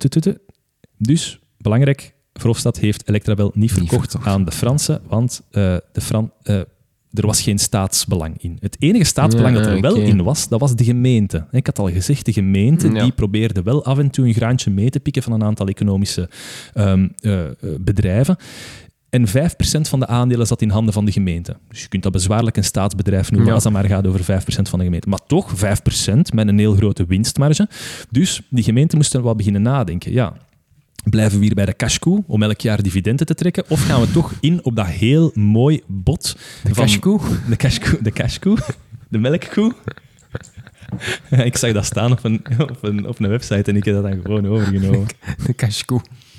dus, belangrijk, Verhofstadt heeft Electrabel niet verkocht aan de Fransen, want uh, de Fran... Uh, er was geen staatsbelang in. Het enige staatsbelang ja, dat er wel okay. in was, dat was de gemeente. Ik had al gezegd, de gemeente ja. die probeerde wel af en toe een graantje mee te pikken van een aantal economische um, uh, bedrijven. En vijf procent van de aandelen zat in handen van de gemeente. Dus je kunt dat bezwaarlijk een staatsbedrijf noemen ja. als dat maar gaat over vijf procent van de gemeente. Maar toch, vijf procent met een heel grote winstmarge. Dus die gemeente moest er wel beginnen nadenken. Ja, blijven we hier bij de cashkoe om elk jaar dividenden te trekken? Of gaan we toch in op dat heel mooi bod de van... Cashkoe? De cashkoe? De cashkoe? De melkkoe? Ik zag dat staan op een, op, een, op een website en ik heb dat dan gewoon overgenomen. De cashkoe.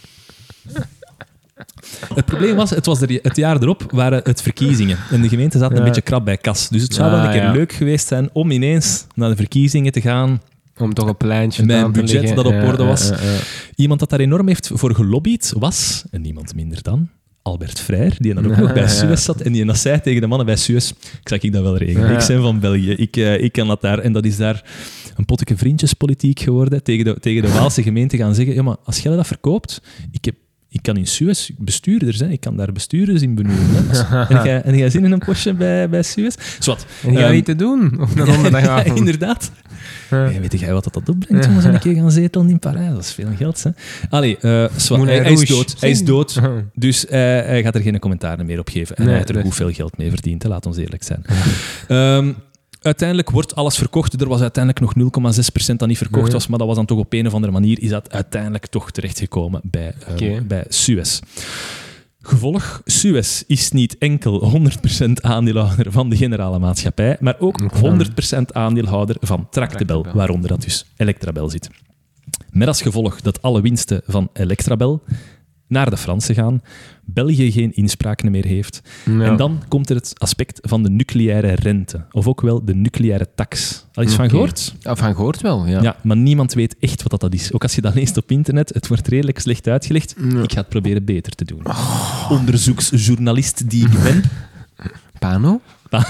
Het probleem was, het was er, het jaar erop waren het verkiezingen. En de gemeente zat ja. een beetje krap bij kas. Dus het zou ah, wel een keer ja. leuk geweest zijn om ineens naar de verkiezingen te gaan... Om toch een pleintje bij een budget liggen. dat op orde ja, was. Ja, ja, ja. Iemand dat daar enorm heeft voor gelobbyd was, en niemand minder dan, Albert Freire, die dan ook ja, nog bij ja, Suez zat. En die dat zei tegen de mannen bij Suez, ik zag ik dat wel regelen. Ja. Ik ben van België, ik, uh, ik kan dat daar. En dat is daar een potje vriendjespolitiek geworden. Tegen de, tegen de Waalse gemeente gaan zeggen, ja, maar als jij dat verkoopt, ik heb Ik kan in Suez bestuurders, hè. Ik kan daar bestuurders in benoemen. En jij, en jij zin in een postje bij, bij Suez? Zwat. En je gaat um, niet te doen op een donderdagavond. Ja, inderdaad. Ja. Ja, weet jij wat dat opbrengt om eens een keer gaan zetelen in Parijs? Dat is veel geld, hè. Allee, uh, zwat, hij, hij is dood. Hij is dood. Dus uh, hij gaat er geen commentaar meer op geven. En nee, hij heeft er goed veel geld mee verdiend, hè. Laat ons eerlijk zijn. Um, Uiteindelijk wordt alles verkocht. Er was uiteindelijk nog nul komma zes procent dat niet verkocht was, maar dat was dan toch op een of andere manier is dat uiteindelijk toch terechtgekomen bij, uh, okay. bij Suez. Gevolg, Suez is niet enkel honderd procent aandeelhouder van de generale maatschappij, maar ook honderd procent aandeelhouder van Tractebel, waaronder dat dus Electrabel zit. Met als gevolg dat alle winsten van Electrabel naar de Fransen gaan, België geen inspraak meer heeft. Ja. En dan komt er het aspect van de nucleaire rente, of ook wel de nucleaire tax. Al iets okay. van gehoord? Ja, van gehoord wel, ja. Ja, maar niemand weet echt wat dat is. Ook als je dat leest op internet, het wordt redelijk slecht uitgelegd. Ja. Ik ga het proberen beter te doen. Oh. Onderzoeksjournalist die ik ben. Pano? Pa-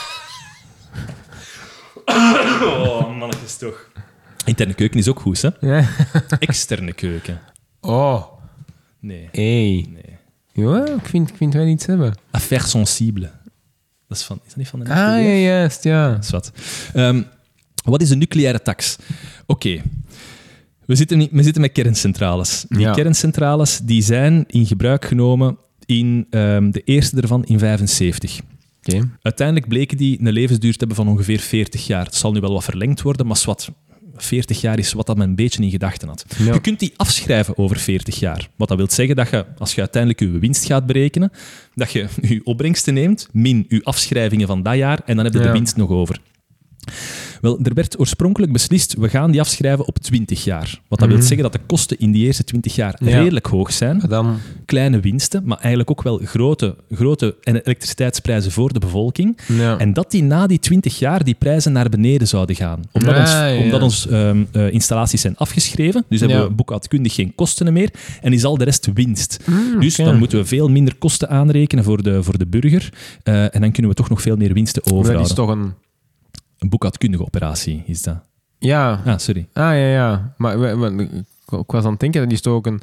oh, mannetjes toch. Interne keuken is ook goed, hè? Ja. Externe keuken. Oh. Nee. Hey. Nee. Ja, ik vind, ik vind wel iets hebben. Affaire sensible. Dat is, van, is dat niet van de Ah, ja, juist, ja. Dat is wat. Um, wat is een nucleaire tax? Oké. Okay. We, zitten, we zitten met kerncentrales. Die ja. kerncentrales die zijn in gebruik genomen in um, de eerste ervan in vijfenzeventig. Okay. Uiteindelijk bleken die een levensduur te hebben van ongeveer veertig jaar. Het zal nu wel wat verlengd worden, maar wat... veertig jaar is wat dat men een beetje in gedachten had. Ja. Je kunt die afschrijven over veertig jaar. Wat dat wil zeggen dat je, als je uiteindelijk je winst gaat berekenen, dat je je opbrengsten neemt, min je afschrijvingen van dat jaar, en dan heb je ja. de winst nog over. Wel, er werd oorspronkelijk beslist, we gaan die afschrijven op twintig jaar. Wat dat Mm. wil zeggen dat de kosten in die eerste twintig jaar Ja. redelijk hoog zijn. Maar dan... Kleine winsten, maar eigenlijk ook wel grote, grote elektriciteitsprijzen voor de bevolking. Ja. En dat die na die twintig jaar die prijzen naar beneden zouden gaan. Omdat Ah, ons, ja. omdat ons um, uh, installaties zijn afgeschreven, dus hebben Ja. we boekhoudkundig geen kosten meer en is al de rest winst. Mm, Dus oké. dan moeten we veel minder kosten aanrekenen voor de, voor de burger uh, en dan kunnen we toch nog veel meer winsten Dat overhouden. is toch een... Een boekhoudkundige operatie is dat. Ja. Ah, sorry. Ah, ja, ja. Maar we- we- ik ik was aan het denken, dat is toch ook een...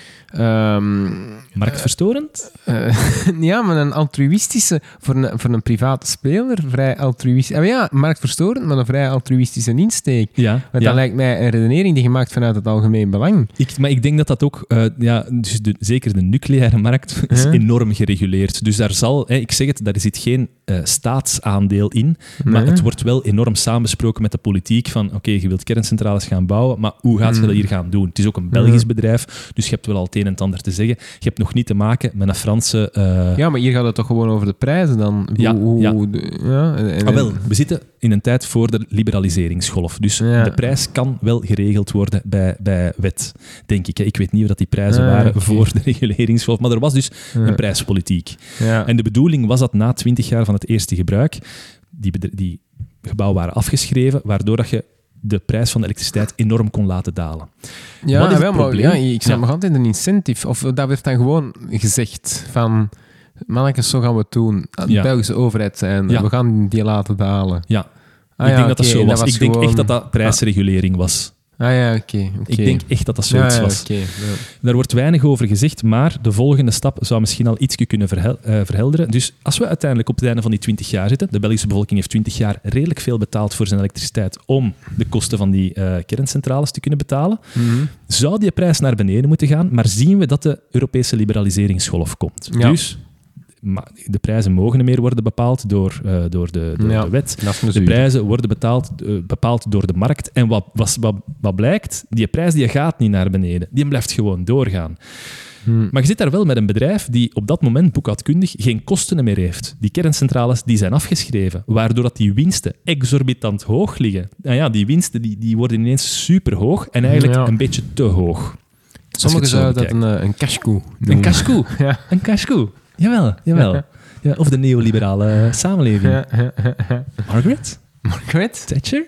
ehm, Marktverstorend? eh, ja, maar een altruïstische... Voor een, voor een private speler, vrij altruïstisch... Ah, ja, marktverstorend, maar een vrij altruïstische insteek. Ja. Want ja. dat lijkt mij een redenering die je maakt vanuit het algemeen belang. Ik, maar ik denk dat dat ook, uh, ja, dus de, zeker de nucleaire markt, is Ja. enorm gereguleerd. Dus daar zal, hè, ik zeg het, daar zit geen uh, staatsaandeel in, maar Nee. het wordt wel enorm samenbesproken met de politiek van, oké, okay, je wilt kerncentrales gaan bouwen, maar hoe gaat je Mm. dat hier gaan doen? Het is ook een Belgisch Ja. bedrijf, dus je hebt wel al het een en het ander te zeggen. Je hebt nog niet te maken met een Franse... Uh, Ja, maar hier gaat het toch gewoon over de prijzen dan? Ja, Hoe- hoe- ja. hoe de- ja, en- en- Ah, wel, we zitten in een tijd voor de liberaliseringsgolf. Dus Ja. de prijs kan wel geregeld worden bij, bij wet, denk ik. Hè. Ik weet niet of dat die prijzen Ah, waren oké. voor de reguleringsgolf, maar er was dus Ja. een prijspolitiek. Ja. En de bedoeling was dat na twintig jaar van het eerste gebruik die, bedr- die gebouwen waren afgeschreven, waardoor dat je de prijs van de elektriciteit enorm kon laten dalen. Ja, Wat is het wel, maar probleem? ja, ik zag Ja. nog altijd een incentive. Of dat werd dan gewoon gezegd van... Mannetjes, zo gaan we het doen. De Ja. Belgische overheid zijn. Ja. We gaan die laten dalen. Ja, Ah, ik denk dat dat oké, zo en was. Ik denk gewoon- echt dat dat prijsregulering was. Ah ja, oké. oké. Ik denk echt dat dat Ja, zoiets ja, was. oké, ja. Daar wordt weinig over gezegd, maar de volgende stap zou misschien al iets kunnen verhel- uh, verhelderen. Dus als we uiteindelijk op het einde van die twintig jaar zitten, de Belgische bevolking heeft twintig jaar redelijk veel betaald voor zijn elektriciteit om de kosten van die uh, kerncentrales te kunnen betalen, Mhm. zou die prijs naar beneden moeten gaan, maar zien we dat de Europese liberaliseringsgolf komt. Ja. Dus maar de prijzen mogen niet meer worden bepaald door, uh, door de, de, Ja, de wet. Dat is een De zuur. prijzen worden betaald, uh, bepaald door de markt. En wat, wat, wat, wat blijkt? Die prijs die gaat niet naar beneden. Die blijft gewoon doorgaan. Hm. Maar je zit daar wel met een bedrijf die op dat moment boekhoudkundig geen kosten meer heeft. Die kerncentrales die zijn afgeschreven, waardoor dat die winsten exorbitant hoog liggen. Nou ja, die winsten die, die worden ineens superhoog en eigenlijk Ja. een beetje te hoog. Als je Sommigen het zo zouden dat bekijkt. een, eh, een cashcoe Een noemen. cashcoe. Ja. Een cashcoe. Jawel, jawel. Ja. Ja, of de neoliberale samenleving. Ja, ja, ja, ja. Margaret Margaret? Thatcher?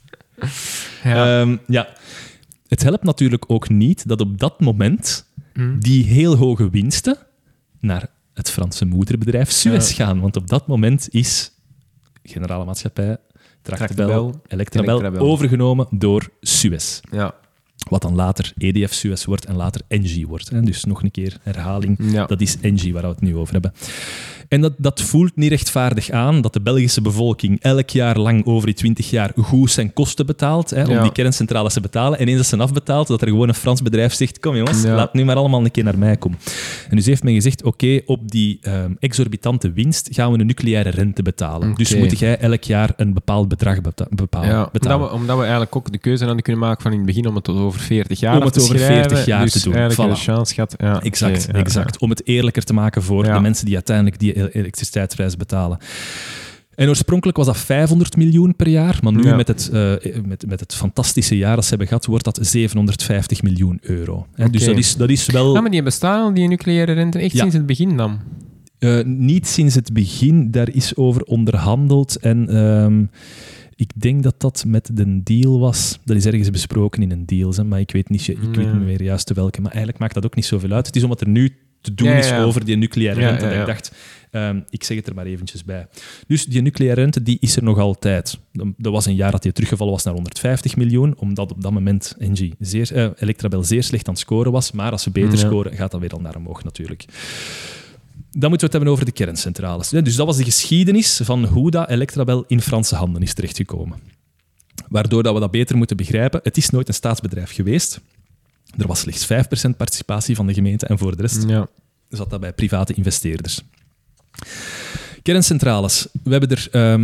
Ja. Ehm, ja. Het helpt natuurlijk ook niet dat op dat moment Hm. die heel hoge winsten naar het Franse moederbedrijf Suez Ja. gaan. Want op dat moment is Generale Maatschappij, Tractebel, Tractebel, Electrabel, Electrabel. overgenomen door Suez. Ja. Wat dan later E D F Suez wordt en later Engie wordt. Hè. Dus nog een keer herhaling. Ja. Dat is Engie waar we het nu over hebben. En dat, dat voelt niet rechtvaardig aan dat de Belgische bevolking elk jaar lang over die twintig jaar goed zijn kosten betaalt hè, om Ja. die kerncentrales te betalen. En eens dat ze zijn afbetaald, dat er gewoon een Frans bedrijf zegt kom jongens, Ja. laat nu maar allemaal een keer naar mij komen. En dus heeft men gezegd, oké, op die um, exorbitante winst gaan we een nucleaire rente betalen. Oké. Dus moet jij elk jaar een bepaald bedrag beta- bepalen. Ja, betalen. omdat, we, omdat we eigenlijk ook de keuze hadden kunnen maken van in het begin om het tot over veertig jaar Om af het te over schrijven, veertig jaar dus te doen. eigenlijk Voilà. een chance gehad. Ja, Exact, oké, ja, exact. Om het eerlijker te maken voor Ja. de mensen die uiteindelijk die el- elektriciteitsprijs betalen. En oorspronkelijk was dat vijfhonderd miljoen per jaar, maar nu Ja. met, het, uh, met, met het fantastische jaar dat ze hebben gehad, wordt dat zevenhonderdvijftig miljoen euro. Hè, Dus Oké. dat is, dat is wel Ja, maar die bestaan al, die nucleaire rente, echt Ja. sinds het begin dan. uh, niet sinds het begin, daar is over onderhandeld en... Um, ik denk dat dat met de deal was. Dat is ergens besproken in een deal, hè, maar ik weet niet, ik weet Nee. niet meer juist welke. Maar eigenlijk maakt dat ook niet zoveel uit. Het is omdat er nu te doen Ja, ja, is ja. over die nucleaire Ja, rente. ja, Dat ja. ik dacht, um, ik zeg het er maar eventjes bij. Dus die nucleaire rente die is er nog altijd. Dat was een jaar dat die teruggevallen was naar honderdvijftig miljoen, omdat op dat moment Engie zeer, uh, Electrabel zeer slecht aan het scoren was. Maar als ze beter Ja. scoren, gaat dat weer al naar omhoog natuurlijk. Dan moeten we het hebben over de kerncentrales. Dus dat was de geschiedenis van hoe dat Electrabel in Franse handen is terechtgekomen. Waardoor dat we dat beter moeten begrijpen. Het is nooit een staatsbedrijf geweest. Er was slechts vijf procent participatie van de gemeente en voor de rest Ja. zat dat bij private investeerders. Kerncentrales. We hebben er, um, we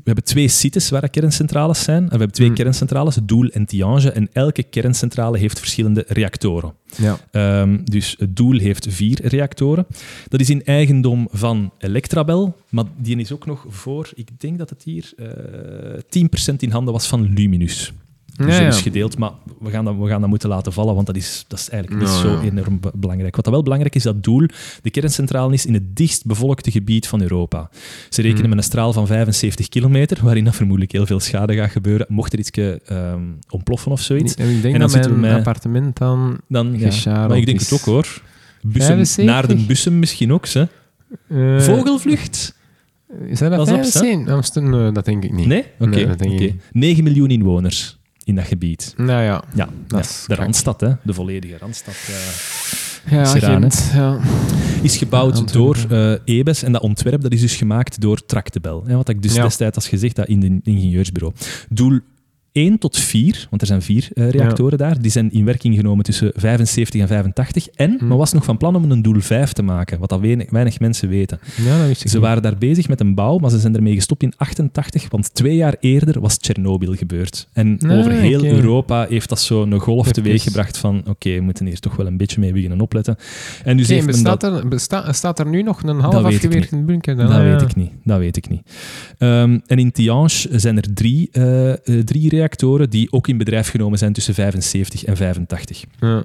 hebben twee sites waar kerncentrales zijn. En we hebben twee Hmm. kerncentrales, Doel en Tihange. En elke kerncentrale heeft verschillende reactoren. Ja. Um, dus het Doel heeft vier reactoren. Dat is in eigendom van Electrabel, maar die is ook nog voor, ik denk dat het hier uh, tien procent in handen was van Luminus. Dus Ja, dat ja. is gedeeld, maar we gaan dat, we gaan dat moeten laten vallen, want dat is, dat is eigenlijk niet Ja, zo ja. enorm be- belangrijk. Wat dat wel belangrijk is, dat Doel, de kerncentrale is in het dichtst bevolkte gebied van Europa. Ze rekenen Hmm. met een straal van vijfenzeventig kilometer, waarin dat vermoedelijk heel veel schade gaat gebeuren, mocht er iets um, ontploffen of zoiets. En ik denk En dan dat zitten mijn we met- appartement dan... Dan, ja. Gescharreld Maar ik denk is. het ook, hoor. Bussen, vijfenzeventig? naar de bussen misschien ook, hè. eh, Vogelvlucht? Is dat Pas dat op, hè? vijfenzeventig? Amsterdam? Nee, dat denk ik niet. Nee? Oké. Nee, dat denk ik oké. niet. negen miljoen inwoners in dat gebied. Nou ja, Ja, Dat ja, is de krank. Randstad, hè. De volledige Randstad. eh, ja, Is eraan, Gent, ja. is gebouwd Antwerpen. door uh, E B E S en dat ontwerp dat is dus gemaakt door Tractebel. Hè, wat ik dus Ja. destijds als gezegd dat in het ingenieursbureau. Doel één tot vier, want er zijn vier uh, reactoren daar, die zijn in werking genomen tussen vijfenzeventig en vijfentachtig. En Hm. men was nog van plan om een Doel vijf te maken, wat dat weinig, weinig mensen weten. Ja, dat wist ik Ze niet. waren daar bezig met een bouw, maar ze zijn ermee gestopt in achtentachtig, want twee jaar eerder was Tsjernobyl gebeurd. En Nee, over heel oké. Europa heeft dat zo een golf Even. teweeggebracht van oké, okay, we moeten hier toch wel een beetje mee beginnen opletten. En dus Oké, heeft men bestaat, dat... er, besta, staat er nu nog een half Dat weet ik afgewerkte bunker? Dan? Dat Ah, weet ja. ik niet. Dat weet ik niet. Um, en in Tihange zijn er drie, uh, uh, drie reactoren die ook in bedrijf genomen zijn tussen vijfenzeventig en vijfentachtig. Ja.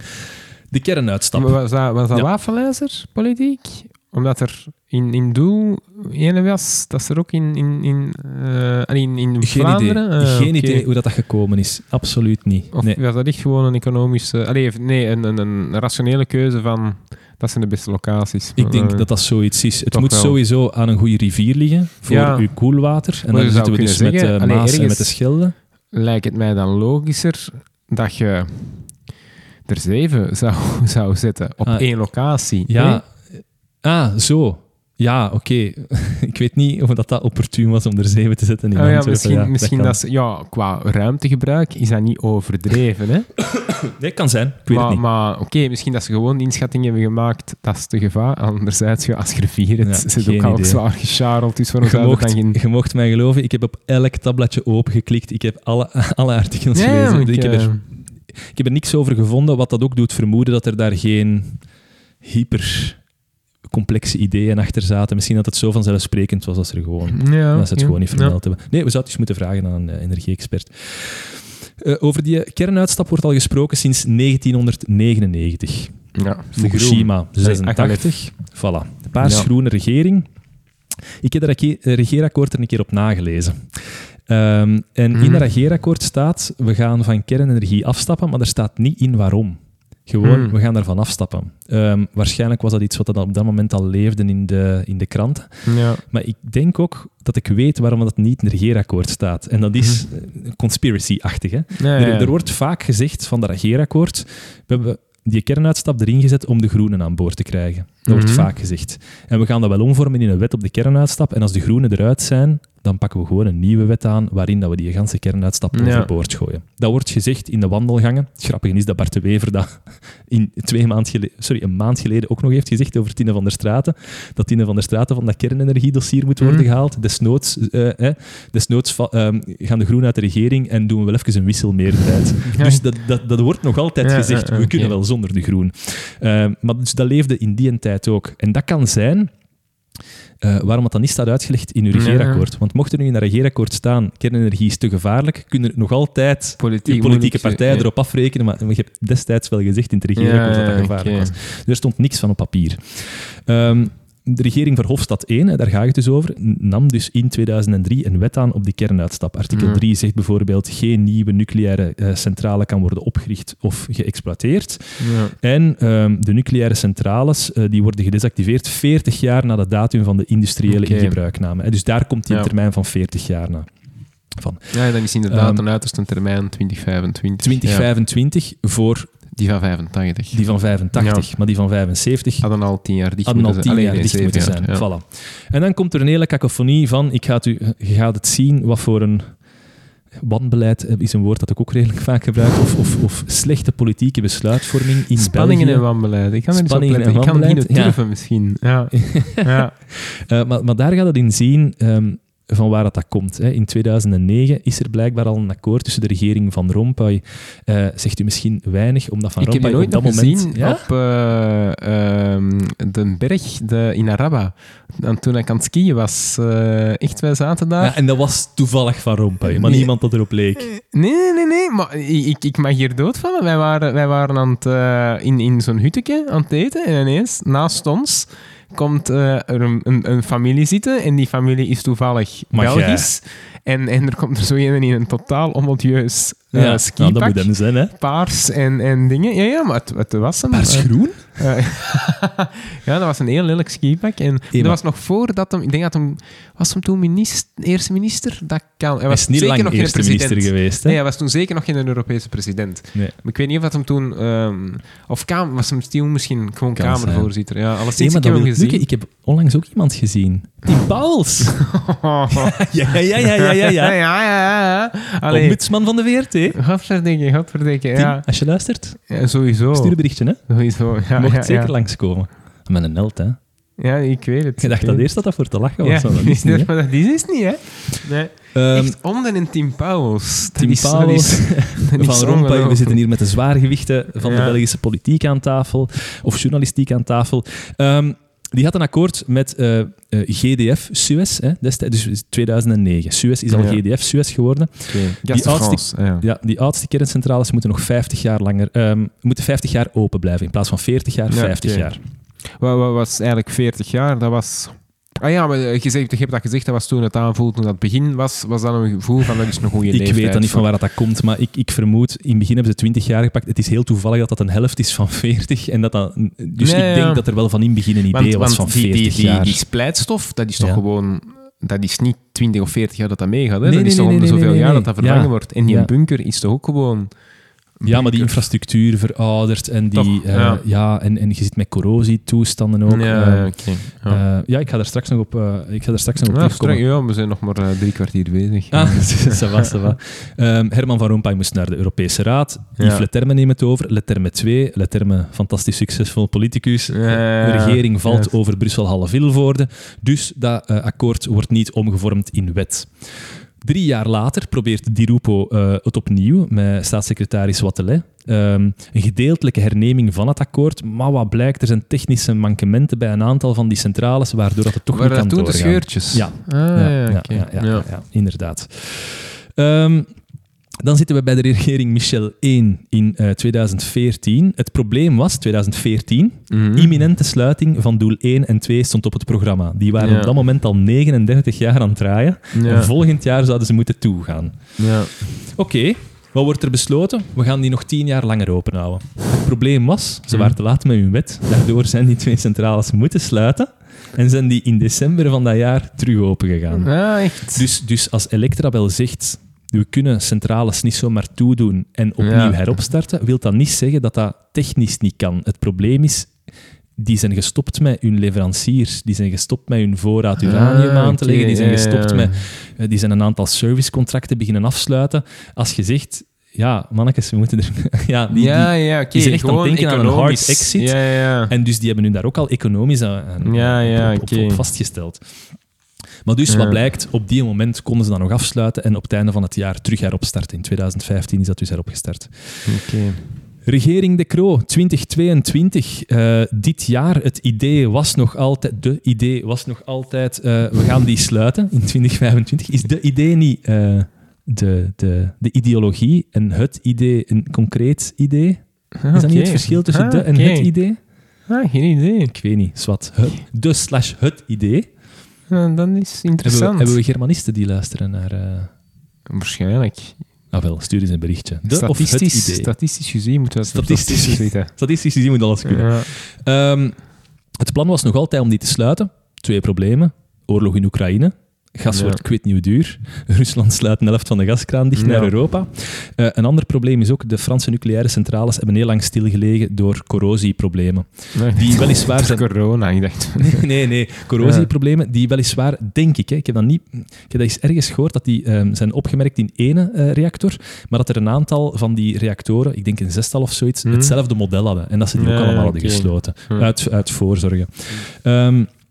De kernuitstap. Maar was dat, was dat Ja. wapenlijzerspolitiek? Omdat er in, in Doel ene was, dat is er ook in, in, in, uh, in, in Geen Vlaanderen? idee. Ah, Geen oké. idee hoe dat, dat gekomen is. Absoluut niet. Of Nee. was dat echt gewoon een economische... Allee, nee, een, een, een rationele keuze van... Dat zijn de beste locaties. Ik denk Uh, dat dat zoiets is. Het toch moet wel. sowieso aan een goede rivier liggen voor Ja. uw koelwater. En Maar je dan zou zitten we dus kunnen met de zeggen, allee, Maas en ergens- met de Schelde. Lijkt het mij dan logischer dat je er zeven zou, zou zetten op Ah, één locatie. Ja. Ah, zo. Ja, oké. Ik weet niet of dat, dat opportun was om er zeven te zetten in Oh ja, Antwerpen. misschien, Ja, misschien dat dat ze, ja, qua ruimtegebruik is dat niet overdreven. Hè? kan. Nee, kan zijn. Ik weet maar het niet. maar oké, misschien dat ze gewoon de inschatting hebben gemaakt, dat is te gevaar. Anderzijds, ja, als je er vier hebt, Ja, zit geen ook al idee. zwaar gescharreld. Dus waarom Je zou dat dan mocht, geen... je mocht mij geloven, ik heb op elk tabbladje opengeklikt. Ik heb alle, alle artikels Ja, gelezen. maar ik, ik, heb eh, er, ik heb er niks over gevonden, wat dat ook doet vermoeden dat er daar geen hyper complexe ideeën achter zaten. Misschien dat het zo vanzelfsprekend was als er gewoon... Ja, dat ze het ja, gewoon niet ja. vermeld hebben. Nee, we zouden het eens moeten vragen aan een uh, energie-expert. Uh, over die kernuitstap wordt al gesproken sinds negentienhonderdnegenennegentig. Ja, Fukushima, zesentachtig. Voilà. De paarsgroene regering. Ik heb dat rege- regeerakkoord er een keer op nagelezen. Um, en Mhm. in dat regeerakkoord staat, we gaan van kernenergie afstappen, maar er staat niet in waarom. Gewoon, Hmm. we gaan daarvan afstappen. Um, waarschijnlijk was dat iets wat dat op dat moment al leefde in de, in de kranten. Ja. Maar ik denk ook dat ik weet waarom dat niet in het regeerakkoord staat. En dat is uh, conspiracy-achtig. Hè? Ja, Er, ja. er wordt vaak gezegd van dat regeerakkoord, we hebben die kernuitstap erin gezet om de groenen aan boord te krijgen. Dat wordt Mhm. vaak gezegd. En we gaan dat wel omvormen in een wet op de kernuitstap. En als de groenen eruit zijn, dan pakken we gewoon een nieuwe wet aan waarin dat we die ganse kernuitstap Ja. overboord gooien. Dat wordt gezegd in de wandelgangen. Het grappige is dat Bart de Wever dat in twee maand geleden, sorry, een maand geleden ook nog heeft gezegd over Tine van der Straten. Dat Tine van der Straten van dat kernenergiedossier moet worden Mhm. gehaald. Desnoods, uh, eh, desnoods va- um, gaan de groenen uit de regering en doen we wel even een wisselmeerderheid. Ja. Dus dat, dat, dat wordt nog altijd Ja, gezegd. ja, ja, we kunnen oké. wel zonder de groen. Uh, maar dus dat leefde in die tijd ook. En dat kan zijn... Uh, waarom het dan niet staat uitgelegd in uw Ja. regeerakkoord. Want mocht er nu in dat regeerakkoord staan, kernenergie is te gevaarlijk, kunnen er nog altijd Politiek die politieke moeilijk, partijen ja. erop afrekenen. Maar je hebt destijds wel gezegd in het regeerakkoord Ja, dat dat gevaarlijk oké. was. Er stond niks van op papier. Um, de regering Verhofstadt één, hè, daar gaat het dus over, nam dus in tweeduizend drie een wet aan op die kernuitstap. Artikel Ja. drie zegt bijvoorbeeld geen nieuwe nucleaire uh, centrale kan worden opgericht of geëxploiteerd. Ja. En um, de nucleaire centrales uh, die worden gedesactiveerd veertig jaar na de datum van de industriële Oké. ingebruikname. En dus daar komt die Ja. termijn van veertig jaar na. Van Ja, dan is inderdaad Ehm, een uiterste termijn twintig vijfentwintig. twintig Ja. vijfentwintig voor Die van vijfentachtig. die van vijfentachtig, maar die van vijfenzeventig hadden al tien jaar dicht hadden al moeten tien zijn. jaar Allee, dicht nee, moeten zeven zijn. jaar, ja. Voilà. En dan komt er een hele cacophonie van, ik ga het u, je gaat het zien wat voor een wanbeleid is een woord dat ik ook redelijk vaak gebruik, of, of, of slechte politieke besluitvorming in Spanningen België. en wanbeleid. Ik kan er niet op Spanningen letten. en Ik kan wanbeleid, niet ja. durven misschien. Ja. ja. Uh, maar, maar daar gaat het in zien. Um, van waar dat, dat komt. Hè. In tweeduizend negen is er blijkbaar al een akkoord tussen de regering Van Rompuy. Uh, zegt u misschien weinig, omdat Van ik Rompuy heb je nooit op dat nog moment... gezien Ja? op uh, um, de berg de, in Araba. En toen ik aan het skiën was. Uh, echt, wij zaten daar. Ja, en dat was toevallig Van Rompuy, maar nee. niemand dat erop leek. Nee, nee, nee. nee. Maar ik, ik mag hier doodvallen. Wij waren, wij waren aan het, uh, in, in zo'n hutteke aan het eten. En ineens, naast ons... komt uh, er een, een, een familie zitten en die familie is toevallig maar Belgisch. En, en er komt er zo een in een totaal onmodieus uh, ja, skipak. Nou, dat moet hem zijn, hè? Paars en, en dingen. Ja, ja, maar het, het was een... Paars groen? Uh, ja, dat was een heel lelijk skipak. En hey, dat was nog voordat hem... Ik denk dat hem... Was hem toen minister, eerste minister? Dat kan. Hij, hij was is niet zeker lang nog geen eerste president minister geweest, hè? Nee, hij was toen zeker nog geen Europese president. Nee. Maar ik weet niet of dat hem toen... Um, of kamer, was hem toen misschien gewoon kan kamervoorzitter. Ja, alles nee, maar ik heb dat hem gezien. Lukken, ik heb onlangs ook iemand gezien. Tim Pauwels. ja, ja, ja, ja, ja, ja. ja, ja, ja. Allee. Ombudsman van de V R T. Godverdikke, godverdikke. Tim, Ja. als je luistert, Ja, sowieso. stuur een berichtje, hè? Sowieso, ja. Mocht ja, zeker ja. langskomen. Met een held, hè? Ja, ik weet het. Je dacht dat eerst dat dat voor te lachen was. Ja, maar dat is niet, hè? maar dat is het niet, hè? Nee. Um, Echt onder een Tim Pauwels. Tim is, Pauwels, dat is Van Rompuy, we ongelooflijk. zitten hier met de zwaargewichten van Ja. de Belgische politiek aan tafel, of journalistiek aan tafel. Um, die had een akkoord met uh, uh, G D F Suez, hè, destijds, dus tweeduizend negen. Suez is al Ja. G D F Suez geworden. Okay. Die Gas de oudste- France, ja. Ja, die oudste kerncentrales moeten nog vijftig jaar langer, um, moeten vijftig jaar open blijven, in plaats van veertig jaar, Ja, vijftig oké. jaar. Wat, wat was eigenlijk veertig jaar? Dat was... Ah ja, maar je, zegt, je hebt dat gezegd, dat was toen het aanvoelde, toen dat het begin was, was dat een gevoel van dat is een goede Ik leeftijd. weet dan niet van voor- waar dat komt, maar ik, ik vermoed, in het begin hebben ze twintig jaar gepakt. Het is heel toevallig dat dat een helft is van veertig. En dat dat, dus Nee, ik denk ja. dat er wel van in het begin een idee Want, was want van die, veertig die, die, jaar. die splijtstof, dat is toch Ja. gewoon... Dat is niet twintig of veertig jaar dat dat meegaat. Hè? Nee, dat nee, is toch nee, om de nee, zoveel nee, jaar nee. dat dat vervangen Ja. wordt. En die Ja. bunker is toch ook gewoon... Ja, maar die bunker. infrastructuur verouderd en die... Toch, eh, ja. ja, en, en je zit met corrosietoestanden ook. Ja, Eh, oké. Ja. eh, ja, ik ga er straks nog op, uh, ik ga er straks nog op Ja, terugkomen. straks- ja, we zijn nog maar uh, drie kwartier bezig. Ah, ça va, ça va. Um, Herman Van Rompuy moest naar de Europese Raad. Ja. Yves Leterme neemt het over. Leterme twee. Leterme, fantastisch succesvol politicus. Ja, De regering valt ja. over Brussel-Halle-Vilvoorde. Dus dat uh, akkoord wordt niet omgevormd in wet. Drie jaar later probeert Di Rupo uh, het opnieuw met staatssecretaris Wathelet. Um, een gedeeltelijke herneming van het akkoord, maar wat blijkt, er zijn technische mankementen bij een aantal van die centrales, waardoor dat het toch Waren niet kan dat toen de doorgaan. scheurtjes? Ja, Ah, ja, ja, ja, oké. ja, ja, Ja. ja, ja, inderdaad. Um, dan zitten we bij de regering Michel één in uh, tweeduizend veertien. Het probleem was, tweeduizend veertien, Mhm. imminente sluiting van doel één en twee stond op het programma. Die waren Ja. op dat moment al negenendertig jaar aan het draaien. Ja. En volgend jaar zouden ze moeten toegaan. Ja. Oké, okay, wat wordt er besloten? We gaan die nog tien jaar langer openhouden. Het probleem was, ze Mhm. waren te laat met hun wet. Daardoor zijn die twee centrales moeten sluiten. En zijn die in december van dat jaar terug open gegaan. Ah, echt. Dus, dus als Electrabel zegt, we kunnen centrales niet zomaar toedoen en opnieuw Ja. heropstarten, wil dat niet zeggen dat dat technisch niet kan. Het probleem is, die zijn gestopt met hun leveranciers, die zijn gestopt met hun voorraad uranium Ah, aan te leggen, die zijn oké, ja, gestopt ja. met... eh, die zijn een aantal servicecontracten beginnen afsluiten. Als je zegt, ja, mannetjes, we moeten er... ja, die, ja, die, ja, oké. die zijn echt aan het Gewoon denken aan een economisch. hard exit. Ja, ja. En dus die hebben hun daar ook al economisch aan, aan- Ja, ja, op, op, oké. op vastgesteld. Maar dus, Ja. wat blijkt, op die moment konden ze dat nog afsluiten en op het einde van het jaar terug heropstarten. In tweeduizend vijftien is dat dus heropgestart. Oké. Regering De Croo, twintig tweeëntwintig. Uh, dit jaar, het idee was nog altijd... De idee was nog altijd... Uh, we gaan die sluiten in twintig vijfentwintig. Is de idee niet uh, de, de, de ideologie en het idee een concreet idee? Ah, Is dat niet oké. het verschil tussen Ah, de en oké. het idee? Ah, geen idee. Ik weet niet, zwart. Het, de slash het idee. Ah, dat is Hebben interessant. we, hebben we Germanisten die luisteren naar... Uh... Waarschijnlijk. Ah wel, stuur eens een berichtje. De of het Statistisch, idee. statistisch gezien moeten we dat Statistisch. statistisch weten. Statistisch gezien moet alles kunnen. Ja. Um, het plan was nog altijd om die te sluiten. Twee problemen. Oorlog in Oekraïne. Gas Ja. wordt kwitnieuw duur. Rusland sluit een helft van de gaskraan dicht Ja. naar Europa. Uh, een ander probleem is ook, de Franse nucleaire centrales hebben heel lang stilgelegen door corrosieproblemen. Nee, Die weliswaar zijn... corona, ik dacht. Nee, nee, nee. Corrosieproblemen die weliswaar, denk ik, hè, ik heb dat niet... Ik heb dat eens ergens gehoord, dat die um, zijn opgemerkt in ene uh, reactor, maar dat er een aantal van die reactoren, ik denk een zestal of zoiets, Hmm. hetzelfde model hadden. En dat ze die ook Ja, allemaal oké. hadden gesloten. Ja. Uit, uit voorzorgen. Um,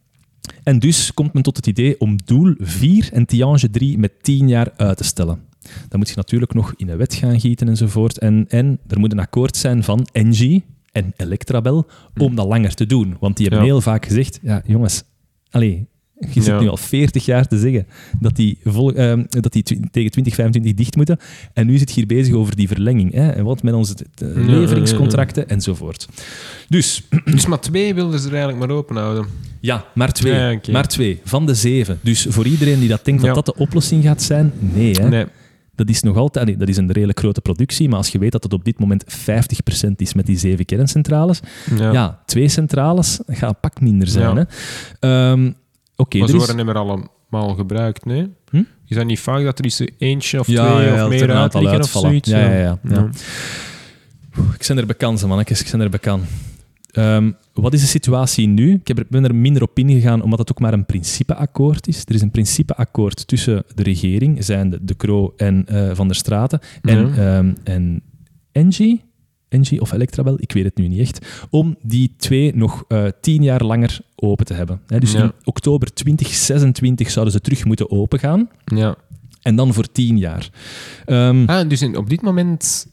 En dus komt men tot het idee om doel vier en Tihange drie met tien jaar uit te stellen. Dan moet je natuurlijk nog in de wet gaan gieten enzovoort. En, en er moet een akkoord zijn van Engie en Electrabel om dat langer te doen. Want die hebben Ja. heel vaak gezegd, ja jongens, allez, je zit Ja. nu al veertig jaar te zeggen dat die, vol, eh, dat die tw- tegen twintig vijfentwintig dicht moeten. En nu zit je hier bezig over die verlenging. Hè? En wat met onze t- uh, leveringscontracten enzovoort. Dus, Dus maar twee wilden ze er eigenlijk maar open houden. ja, maar twee. Ja, oké. Maar twee van de zeven. Dus voor iedereen die dat denkt Ja. dat dat de oplossing gaat zijn, nee. Hè? Nee. Dat is nog altijd, nee, dat is een redelijk grote productie, maar als je weet dat het op dit moment vijftig procent is met die zeven kerncentrales, ja, Ja. twee centrales gaat een pak minder zijn. Ja. Hè? Um, Oké, Maar er ze is- worden niet meer allemaal gebruikt, nee? Hm? Is dat niet vaak dat er eens eentje of Ja, twee ja, ja, of dat er meer een aantal uitliggen of uitvallen. zoiets? Ja, ja, ja, ja. Ja. Ik ben er bekend, mannetjes. Ik ben er bekend. Um, wat is de situatie nu? Ik heb er, ben er minder op ingegaan, omdat het ook maar een principeakkoord is. Er is een principeakkoord tussen de regering, zijn de, de Croo en uh, Van der Straten, en, Ja. um, en Engie, Engie of Electrabel, ik weet het nu niet echt, om die twee nog uh, tien jaar langer open te hebben. He, dus Ja. in oktober twintig zesentwintig zouden ze terug moeten opengaan, Ja. en dan voor tien jaar. Um, Ah, dus in, op dit moment...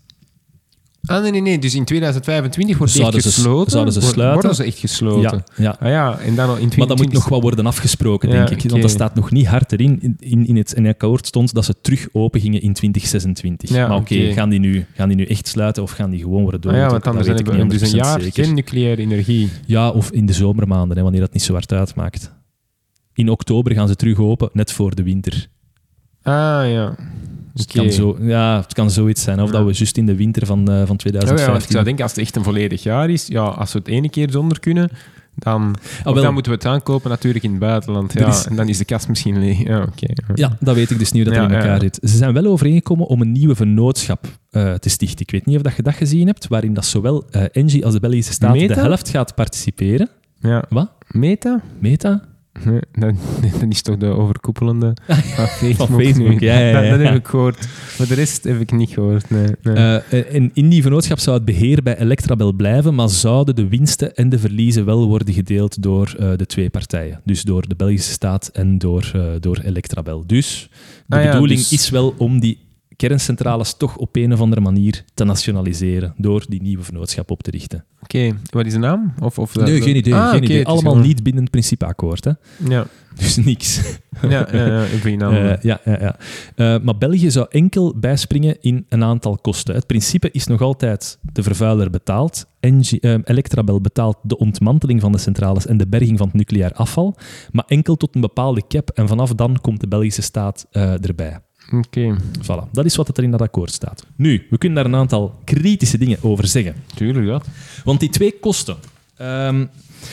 Ah, nee, nee, nee. Dus in tweeduizend vijfentwintig wordt die echt Zouden ze- gesloten? zouden ze Word- sluiten? Worden ze echt gesloten? ja, ja. Ah ja, en dan al in Maar dat moet tweeduizend nog wel worden afgesproken, Ja, denk ik. oké. Want dat staat nog niet hard erin. In, in, in het in het akkoord stond dat ze terug open gingen in twintig zesentwintig. Ja, maar oké, oké. gaan, die nu, gaan die nu echt sluiten of gaan die gewoon worden Ah ja, doorgetrokken? want anders dat weet hebben ik we niet dus een honderd procent jaar zeker. geen nucleaire energie. Ja, of in de zomermaanden, hè, wanneer dat niet zo hard uitmaakt. In oktober gaan ze terug open, net voor de winter. Ah ja. Dus het, Oké. kan zo, ja, het kan zoiets zijn. Of Ja. dat we juist in de winter van, uh, van Oh ja, want twintig vijftien... ik zou denken, als het echt een volledig jaar is, ja, als we het ene keer zonder kunnen, dan, of Ah, wel. dan moeten we het aankopen natuurlijk in het buitenland. Er Ja, is- En dan is de kast misschien leeg. Ja, oké. Ja, dat weet ik dus niet hoe dat Ja, er in ja, elkaar ja. zit. Ze zijn wel overeengekomen om een nieuwe vennootschap uh, te stichten. Ik weet niet of dat je dat gezien hebt, waarin dat zowel uh, Engie als de Belgische staat Meta? de helft gaat participeren. Ja. Wat? Meta? Meta? Nee, dat, dat is toch de overkoepelende van Facebook. Van Facebook, nu. ja, ja, ja. Dat, dat heb ik gehoord. Maar de rest heb ik niet gehoord. Nee, nee. Uh, en in die vennootschap zou het beheer bij Electrabel blijven, maar zouden de winsten en de verliezen wel worden gedeeld door uh, de twee partijen. Dus door de Belgische staat en door, uh, door Electrabel. Dus de Ah ja, bedoeling dus- is wel om die kerncentrales toch op een of andere manier te nationaliseren door die nieuwe vennootschap op te richten. Oké, wat is de naam? Of, of dat- Nee, geen idee. Ah, geen oké, idee. het is Allemaal gewoon- niet binnen het principeakkoord. Hè? Ja, Dus niks. ja, ja, ja ik weet naam. Uh, ja, ja, ja. Uh, maar België zou enkel bijspringen in een aantal kosten. Het principe is nog altijd de vervuiler betaalt. Engie, uh, Electrabel betaalt de ontmanteling van de centrales en de berging van het nucleair afval, maar enkel tot een bepaalde cap en vanaf dan komt de Belgische staat uh, erbij. Oké, Voilà, dat is wat er in dat akkoord staat. Nu, we kunnen daar een aantal kritische dingen over zeggen. tuurlijk dat. Want die twee kosten... Um,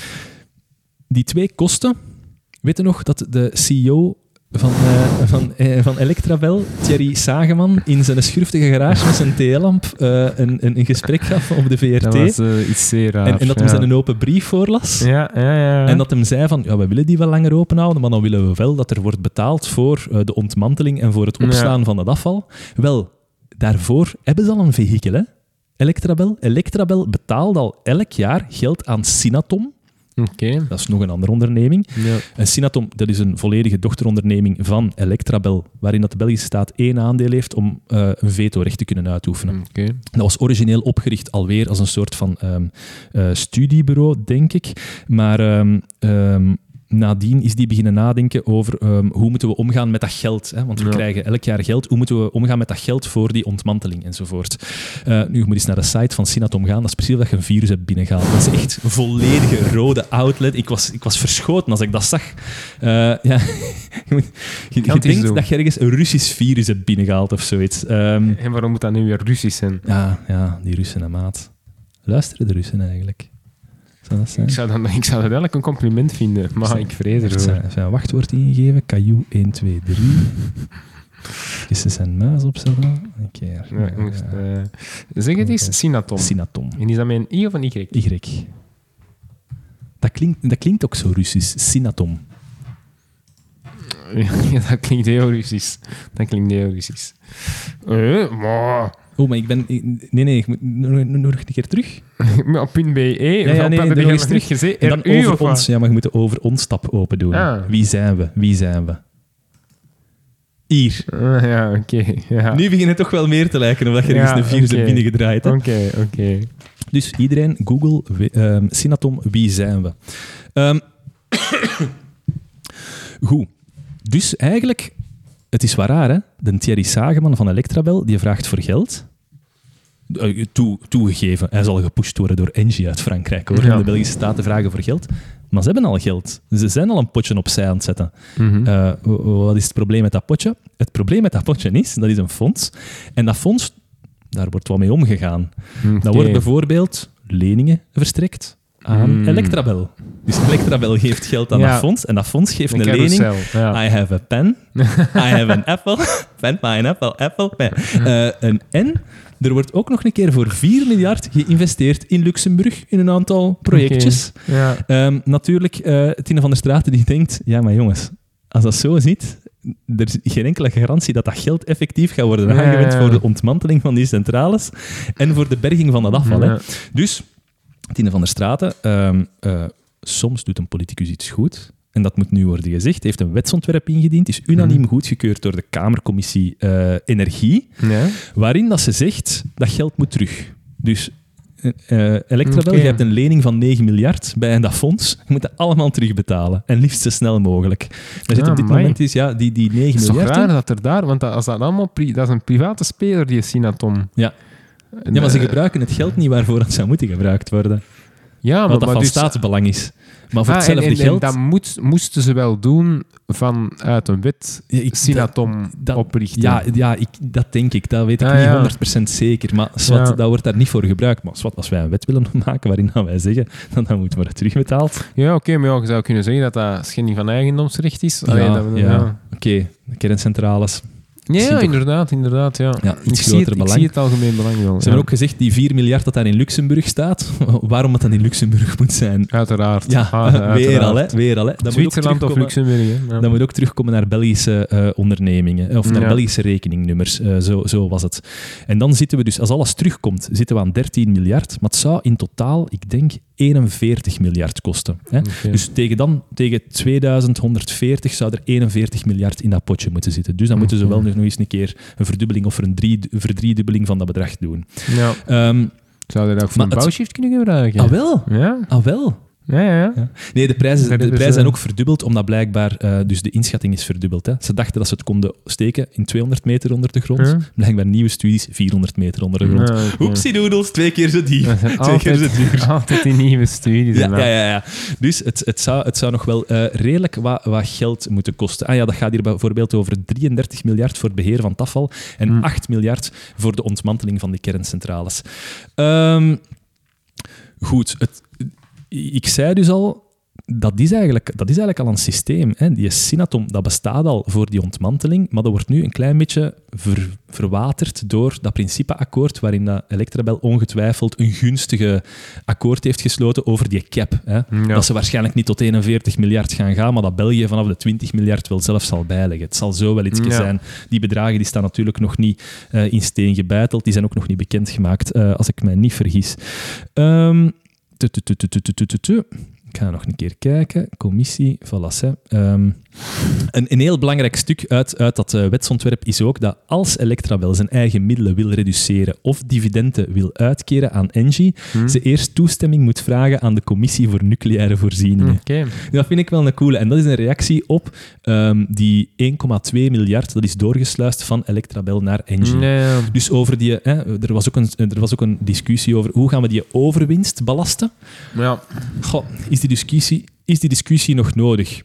die twee kosten... Weet je nog dat de C E O van, uh, van, uh, van Electrabel, Thierry Sageman, in zijn schurftige garage met zijn theelamp uh, een, een, een gesprek gaf op de V R T? Dat was uh, iets zeer raar. en, en dat hem ja. zijn een open brief voorlas. Ja, ja, ja. En dat hem zei van, ja, we willen die wel langer openhouden, maar dan willen we wel dat er wordt betaald voor uh, de ontmanteling en voor het opslaan Ja. van het afval. Wel, daarvoor hebben ze al een vehikel, hè? Electrabel. Electrabel betaalt al elk jaar geld aan Synatom. Oké. Dat is nog een andere onderneming. Ja. En Synatom, dat is een volledige dochteronderneming van Electrabel, waarin dat de Belgische staat één aandeel heeft om uh, een vetorecht te kunnen uitoefenen. Oké. Dat was origineel opgericht alweer als een soort van um, uh, studiebureau, denk ik. Maar um, um, nadien is die beginnen nadenken over um, hoe moeten we omgaan met dat geld. Hè? Want we Ja. krijgen elk jaar geld. Hoe moeten we omgaan met dat geld voor die ontmanteling enzovoort. Uh, nu, je moet eens naar de site van Synatom gaan. Dat is precies dat je een virus hebt binnengehaald. Dat is echt een volledige rode outlet. Ik was, ik was verschoten als ik dat zag. Uh, ja. je moet, je, Kan je het eens denkt doen. dat je ergens een Russisch virus hebt binnengehaald of zoiets. Um, En waarom moet dat nu weer Russisch zijn? ja, ja, die Russen en maat. Luisteren de Russen eigenlijk? Zou dat zijn? Ik zou, dan, ik zou dat eigenlijk een compliment vinden, maar ik vrees Heeft ervoor. zijn, zijn wachtwoord ingegeven. Caillou één, twee, drie. Is ze zijn muis opzetten? Een keer. Ja, ik moest, uh, zeg het eens, Synatom. Synatom. En is dat met een I of een Y? Y. Dat klinkt, dat klinkt ook zo Russisch. Synatom. Ja, dat klinkt heel Russisch. Dat klinkt heel Russisch. Eh, maar... Oh, maar ik ben... ik- nee, nee, ik moet nog, nog een keer terug. Maar op .be, Ja, ja, nee, op nog eens terug. gezegd. En dan R U over of wat? ons. Ja, maar je moet de over ons stap open doen. Ah. Wie zijn we? Wie zijn we? Hier. Ah, ja, oké. ja. Nu begint het toch wel meer te lijken, omdat je Ja, ergens een virus oké. hebt binnengedraaid. Hè? Oké, oké. Dus iedereen, Google, we- ehm, Sinatom, wie zijn we? Ehm, Goed. Dus eigenlijk, het is wel raar, hè? De Thierry Sageman van Electrabel, die vraagt voor geld. Uh, toe, toegegeven, hij zal gepusht worden door Engie uit Frankrijk, hoor. Ja. De Belgische staten vragen voor geld. Maar ze hebben al geld. Ze zijn al een potje opzij aan het zetten. Mhm. Uh, wat is het probleem met dat potje? Het probleem met dat potje is, dat is een fonds. En dat fonds, daar wordt wat mee omgegaan. Oké. Dan worden bijvoorbeeld leningen verstrekt aan Hmm. Electrabel. Dus Electrabel geeft geld aan Ja. dat fonds en dat fonds geeft Een een, lening. carousel, ja. I have a pen. I have an apple. Pen, pineapple, apple, pen. Uh, een en er wordt ook nog een keer voor vier miljard geïnvesteerd in Luxemburg in een aantal projectjes. Oké, Ja. Ehm, natuurlijk, uh, Tine van der Straten die denkt, ja maar jongens, als dat zo zit, er is geen enkele garantie dat dat geld effectief gaat worden Ja, aangewend ja, ja. voor de ontmanteling van die centrales en voor de berging van dat afval. Hè. Ja. Dus, Tine van der Straten, ehm, uh, soms doet een politicus iets goed. En dat moet nu worden gezegd. Heeft een wetsontwerp ingediend, is unaniem goedgekeurd door de Kamercommissie uh, Energie, Ja. waarin dat ze zegt dat geld moet terug. Dus uh, Electrabel, Oké. je hebt een lening van negen miljard bij dat fonds. Je moet dat allemaal terugbetalen. En liefst zo snel mogelijk. Daar zit Ah, op dit amai. moment is, ja, die, die negen Het is toch miljard raar in. dat er daar... Want dat, als dat allemaal... pri- dat is een private speler, die Sinatom. Ja. En, Ja, maar ze eh, gebruiken het geld niet waarvoor het zou moeten gebruikt worden. Ja, maar, Wat dat maar van dus, staatsbelang is. Maar voor Ah, hetzelfde en, en, geld... En dat moet, moesten ze wel doen vanuit een wet Ja, ik- Sinatom dat- dat- oprichten. Ja, ja ik, dat denk ik. Dat weet ik Ah, niet ja. honderd procent zeker. Maar zwart, Ja. dat wordt daar niet voor gebruikt. Maar zwart, als wij een wet willen maken waarin wij zeggen dan, dan moet worden terugbetaald. Ja, oké, maar ja, je zou kunnen zeggen dat dat schending van eigendomsrecht is. Allee, ja, dat, we- ja. ja. Oké, kerncentrales. Ja, zie toch- inderdaad, inderdaad. Ja. Ja, ik, iets zie groter het, ik belang. zie het algemeen belang wel. Ze ja. hebben ook gezegd, die vier miljard dat daar in Luxemburg staat, waarom het dan in Luxemburg moet zijn. Uiteraard. Ja, Ah, weer uiteraard. al, hè. Weer al hè. Dat moet ook Zwitserland of terugkomen- Luxemburg. Hè. Ja. Dat moet ook terugkomen naar Belgische uh, ondernemingen, of naar Ja. Belgische rekeningnummers. Uh, zo, zo was het. En dan zitten we dus, als alles terugkomt, zitten we aan dertien miljard. Maar het zou in totaal, ik denk, eenenveertig miljard kosten. Hè? Oké. Dus tegen, dan, tegen tweeduizend honderdveertig zou er eenenveertig miljard in dat potje moeten zitten. Dus dan moeten ze Oké. wel nog eens een keer een verdubbeling of een drie, verdriedubbeling van dat bedrag doen. Ja. Um, Zou je dat ook voor Maar een het- bouwshift kunnen gebruiken? ah wel, Ja, ah wel. ja, ja. ja. Ja. Nee, de prijzen, Dat de hebben prijzen ze- zijn ook verdubbeld, omdat blijkbaar... eh, dus de inschatting is verdubbeld. Hè. Ze dachten dat ze het konden steken in tweehonderd meter onder de grond. Ja. Blijkbaar nieuwe studies, vierhonderd meter onder de grond. Ja, oké. Oepsie-doodles, twee keer zo diep. Dat zijn Twee keer zo altijd, duur. altijd die nieuwe studies. Ja, en dat. ja, ja, ja. Dus het, het, zou, het zou nog wel eh, redelijk wat, wat geld moeten kosten. Ah ja, dat gaat hier bijvoorbeeld over drieëndertig miljard voor het beheer van het afval en Hmm. acht miljard voor de ontmanteling van die kerncentrales. Ehm, goed, het, ik zei dus al, dat is eigenlijk, dat is eigenlijk al een systeem. Hè. Die Sinatom, dat bestaat al voor die ontmanteling, maar dat wordt nu een klein beetje ver, verwaterd door dat principeakkoord waarin dat Electrabel ongetwijfeld een gunstige akkoord heeft gesloten over die cap. Hè. Ja. Dat ze waarschijnlijk niet tot eenenveertig miljard gaan gaan, maar dat België vanaf de twintig miljard wel zelf zal bijleggen. Het zal zo wel iets Ja. zijn. Die bedragen die staan natuurlijk nog niet uh, in steen gebeiteld. Die zijn ook nog niet bekendgemaakt, uh, als ik mij niet vergis. Um, tu, tu, tu, tu, tu, tu, tu, tu. Ik ga nog een keer kijken. Commissie, voilà. Um, een, een heel belangrijk stuk uit, uit dat uh, wetsontwerp is ook dat als Electrabel zijn eigen middelen wil reduceren of dividenden wil uitkeren aan Engie, hmm. ze eerst toestemming moet vragen aan de Commissie voor Nucleaire Voorzieningen. Okay. Dat vind ik wel een coole. En dat is een reactie op um, die één komma twee miljard dat is doorgesluist van Electrabel naar Engie. Nee. Dus over die, hè, er, was ook een, er was ook een discussie over hoe gaan we die overwinst belasten. Ja. Goh, is die discussie, is die discussie nog nodig?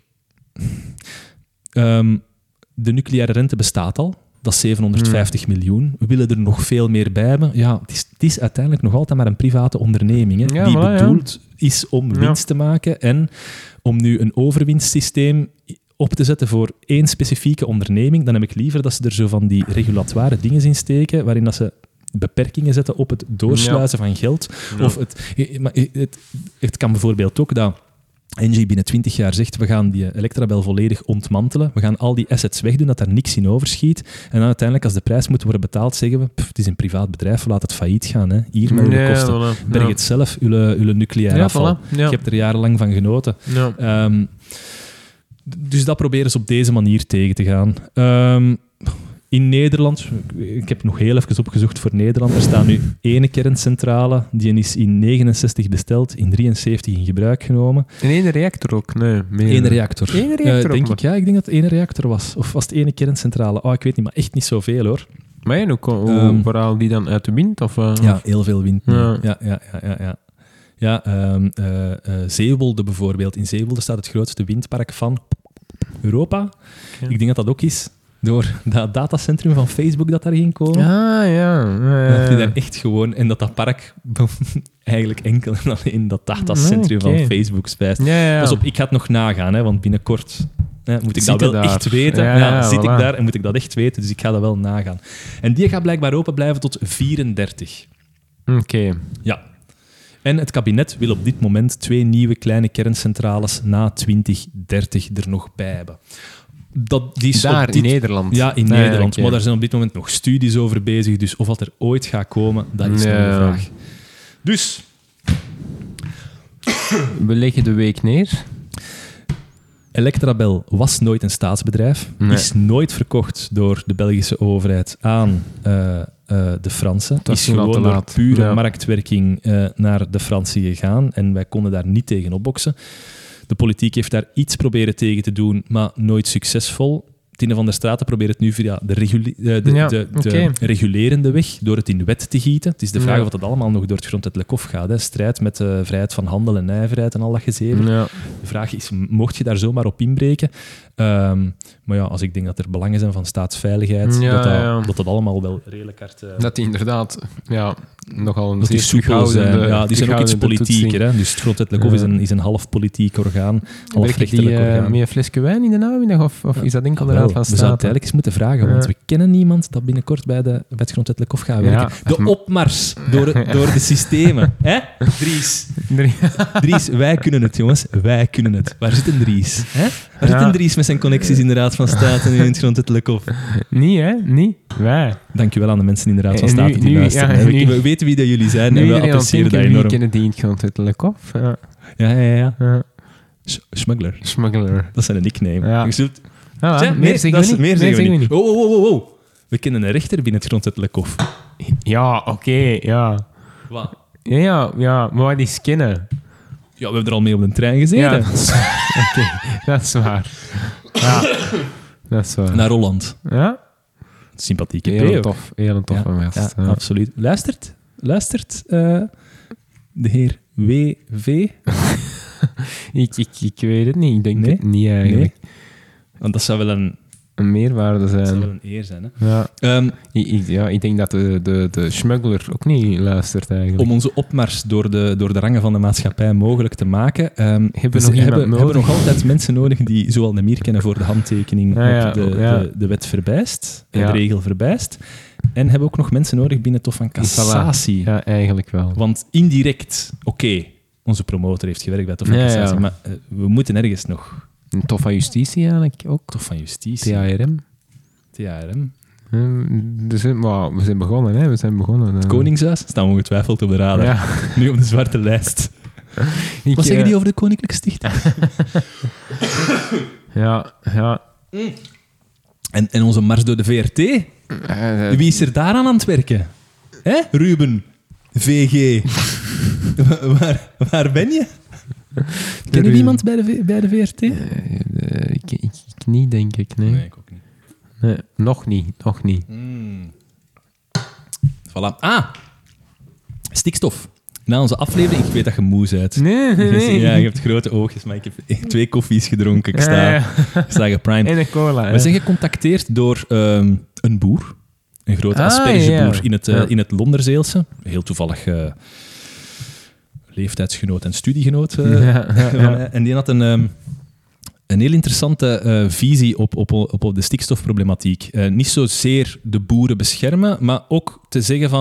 Um, de nucleaire rente bestaat al. Dat is zevenhonderdvijftig hmm. miljoen. We willen er nog veel meer bij hebben. Ja, het is, het is uiteindelijk nog altijd maar een private onderneming. Hè, ja, die maar, bedoeld ja. is om winst ja. te maken. En om nu een overwinstsysteem op te zetten voor één specifieke onderneming, dan heb ik liever dat ze er zo van die regulatoire dingen in steken, waarin dat ze beperkingen zetten op het doorsluizen ja. van geld. Ja. Of het, maar het, het kan bijvoorbeeld ook dat Engie binnen twintig jaar zegt, we gaan die Electrabel volledig ontmantelen. We gaan al die assets wegdoen, dat daar niks in overschiet. En dan uiteindelijk, als de prijs moet worden betaald, zeggen we, pff, het is een privaat bedrijf, we laten het failliet gaan. Hè. Hier met Nee, de kosten. voilà. Berg Ja. het zelf, uw, uw nucleair Ja, afval. voilà. Ja. Je hebt er jarenlang van genoten. Ja. Um, dus dat proberen ze op deze manier tegen te gaan. Um, in Nederland, ik heb nog heel even opgezocht voor Nederland, er staat nu ene kerncentrale, die is in negenenzestig besteld, in drieënzeventig in gebruik genomen. En één reactor ook? Nee, meer. Eén reactor. Eén reactor Uh, denk ook, ik, ja, ik denk dat het één reactor was. Of was het ene kerncentrale? Oh, ik weet niet, maar echt niet zoveel hoor. Maar en hoe, hoe Um, waar halen die dan uit de wind? Of, uh, Ja, heel veel wind. nu. Ja. Ja, ja, ja, ja. ja. ja um, uh, uh, Zeewolde bijvoorbeeld. In Zeewolde staat het grootste windpark van Europa. Okay. Ik denk dat dat ook is door dat datacentrum van Facebook dat daar ging komen. Ah, ja. ja, ja. Dat je daar echt gewoon... En dat dat park eigenlijk enkel en alleen dat datacentrum Oké. van Facebook spijst. Ja, ja. Pas op, ik ga het nog nagaan, hè, want binnenkort hè, moet ik Zit dat je wel daar? echt weten. Ja, Ja, ja, zit voilà. ik daar en moet ik dat echt weten, dus ik ga dat wel nagaan. En die gaat blijkbaar open blijven tot vierendertig. Oké. Ja. En het kabinet wil op dit moment twee nieuwe kleine kerncentrales na twintig dertig er nog bij hebben. Dat, die is Daar, op dit- in Nederland? Ja, in Ah, ja, Nederland. oké. Maar daar zijn op dit moment nog studies over bezig, dus of dat er ooit gaat komen, dat is nog Ja. een vraag. Dus... We leggen de week neer. Electrabel was nooit een staatsbedrijf, Nee. is nooit verkocht door de Belgische overheid aan uh, uh, de Fransen. Dat is is wel te gewoon door laat. pure Ja. marktwerking uh, naar de Fransen gegaan en wij konden daar niet tegen opboksen. De politiek heeft daar iets proberen tegen te doen, maar nooit succesvol. Tine van der Straten probeert het nu via de, regule- uh, de, Ja, de, de oké. regulerende weg, door het in wet te gieten. Het is de vraag Ja. of dat allemaal nog door het grondwettelijk hof gaat. Hè. Strijd met de vrijheid van handel en nijverheid en al dat gezever. Ja. De vraag is, mocht je daar zomaar op inbreken? Um, maar ja, als ik denk dat er belangen zijn van staatsveiligheid, Ja, dat, dat, ja. dat dat allemaal wel redelijk hard... Uh, Dat die inderdaad ja, nogal een dat die zeer soepel zijn. terughoudende- Ja, die zijn ook iets terughoudende politieker. toetsing. Hè? Dus het grondwettelijk hof Ja. is een, is een half politiek orgaan, half Werken die rechtelijk uh, orgaan. met een flesje wijn in de namiddag of, of is dat enkel de Wel, Raad van we zouden State? het eigenlijk eens moeten vragen, want Ja. we kennen niemand dat binnenkort bij, de, bij het grondwettelijk hof gaat werken. Ja. De opmars door, het- door de systemen. Hè? Dries. Dries, wij kunnen het, jongens. Wij kunnen het. Waar zit een Dries? Hè? Waar Ja. zit een Dries met zijn connecties in de Raad van State en in het grondwettelijk hof? Niet, hè? Niet. Wij. Dankjewel aan de mensen in de Raad van En nu- State die nu- luisteren. ja, hè. we, nu- we weten wie dat jullie zijn Nu en we iedereen aan het appreciëren dat denken, wie enorm. kennen die in het grondwettelijk hof? Ja. Ja, ja, ja. Ja. S- Smuggler. Smuggler. Dat is een nickname. Ja. Je zult... Ah, Tja, meer nee, zeggen dat we is- niet. meer zeggen we niet. niet. Oh, oh, oh, oh, oh. We kennen een rechter binnen het grondwettelijk hof. Ja, oké, ja. Wat? Ja, ja, ja, maar wat die scannen. Ja, we hebben er al mee op de trein gezeten. Ja, dat is, oké, dat is waar. Ja, dat is waar. Naar Holland. Ja? Sympathieke P Heel ook. tof, heel tof Ja, gast. ja, Ja. absoluut. Luistert, luistert uh, de heer W V? Ik, ik, ik weet het niet, ik denk Nee? het niet eigenlijk. Want dat zou wel een, Een meerwaarde dat zou zijn. wel een eer zijn. Hè? Ja. Um, Ik, ik- ja, ik denk dat de, de, de smuggler ook niet luistert eigenlijk. om onze opmars door de, door de rangen van de maatschappij mogelijk te maken, um, Hebben we nog z- iemand hebben, nodig? hebben nog altijd mensen nodig die zowel de mier kennen voor de handtekening Ah, ja, op de, ja. de, de wet verbijst, Ja. de regel verbijst. En hebben ook nog mensen nodig binnen het Hof van Cassatie. Ja, eigenlijk wel. Want indirect, oké, onze promotor heeft gewerkt bij het Hof van Ja, Cassatie, ja. maar uh, we moeten ergens nog. Een tof van justitie eigenlijk ook. Het Hof van Justitie, T A R M. T A R M, Eh, dus, eh, maar we zijn begonnen, hè. We zijn begonnen. het eh. Koningshuis, staan we ongetwijfeld op de radar. Ja. Nu op de zwarte lijst. Ik, Wat zeggen eh, die over de Koninklijke Stichting? Ja, ja. En, en onze mars door de V R T? Eh, eh, Wie is er daaraan aan het werken? Hè? Ruben, V G. Wa- waar, waar ben je? Ken je Ruben. iemand bij de, V- bij de V R T? eh, eh, ik, ik, ik niet, denk ik. Nee. ik ook niet. Nee, nog niet, nog niet. Mm. Voilà. Ah! Stikstof. Na onze aflevering, ik weet dat je moe bent. Nee, nee, nee. Ja, je hebt grote oogjes, maar ik heb twee koffies gedronken. Ik sta, Ja, ja. ik sta geprimed. En een cola. We hè. zijn gecontacteerd door ehm, een boer. Een grote Ah, aspergeboer ja. in het, eh, Ja. in het Londerzeelse. Heel toevallig eh, leeftijdsgenoot en studiegenoot eh, Ja, ja, van ja. mij. En die had een, ehm, een heel interessante eh, visie op, op, op de stikstofproblematiek. Eh, niet zozeer de boeren beschermen, maar ook te zeggen van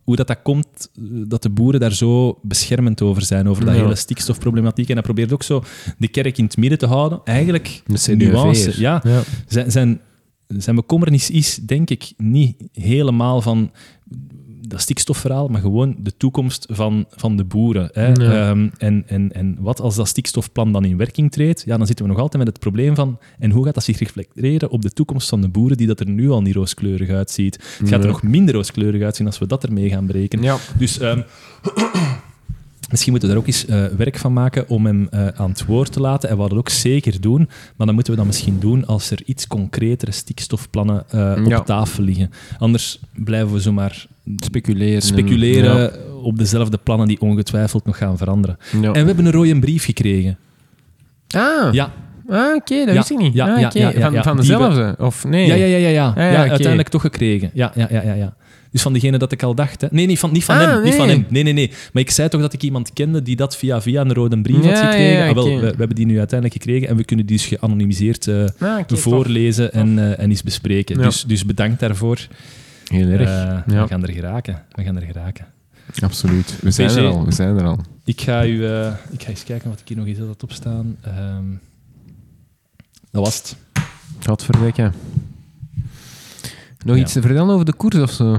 hoe dat, dat komt, dat de boeren daar zo beschermend over zijn, over dat Ja. hele stikstofproblematiek. En hij probeert ook zo de kerk in het midden te houden. Eigenlijk, De C D V R. nuance. Ja, Ja. zijn, zijn, zijn bekommernis is, denk ik, niet helemaal van dat stikstofverhaal, maar gewoon de toekomst van, van de boeren. Hè. Ja. Um, en, en, en wat als dat stikstofplan dan in werking treedt, ja, dan zitten we nog altijd met het probleem van en hoe gaat dat zich reflecteren op de toekomst van de boeren die dat er nu al niet rooskleurig uitziet. Het gaat Nee. er nog minder rooskleurig uitzien als we dat ermee gaan berekenen. Ja. Dus um, misschien moeten we daar ook eens uh, werk van maken om hem uh, aan het woord te laten. En we hadden ook zeker doen, maar dan moeten we dat misschien doen als er iets concretere stikstofplannen uh, op Ja. tafel liggen. Anders blijven we zomaar Speculeren. speculeren Ja. op dezelfde plannen die ongetwijfeld nog gaan veranderen. Ja. En we hebben een rode brief gekregen. Ah, Ja, ah oké, dat Ja. wist ik niet. Ja, ah, ja, oké. ja, ja, Van, ja. van Die dezelfde? Of nee? ja, ja, ja. ja, ja. Ah, ja, ja oké. uiteindelijk toch gekregen. Ja, ja, ja, ja, ja. Dus van degene dat ik al dacht. Hè. Nee, niet van, niet van Ah, hem. Niet van nee. hem. Nee, nee, nee. Maar ik zei toch dat ik iemand kende die dat via via een rode brief Ja, had gekregen. ja, ja, Ah, wel, oké. we, we hebben die nu uiteindelijk gekregen en we kunnen die dus geanonimiseerd uh, Ah, oké, voorlezen en, uh, en eens bespreken. Ja. Dus, dus bedankt daarvoor. tof. Heel erg. Uh, Ja. We gaan er geraken. We gaan er geraken. Absoluut. We zijn P G. er al. We zijn er al. Ik ga, u, uh, ik ga eens kijken wat ik hier nog eens had opstaan. Um, dat was het. Godverdikke. Nog Ja. iets te vertellen over de koers of zo?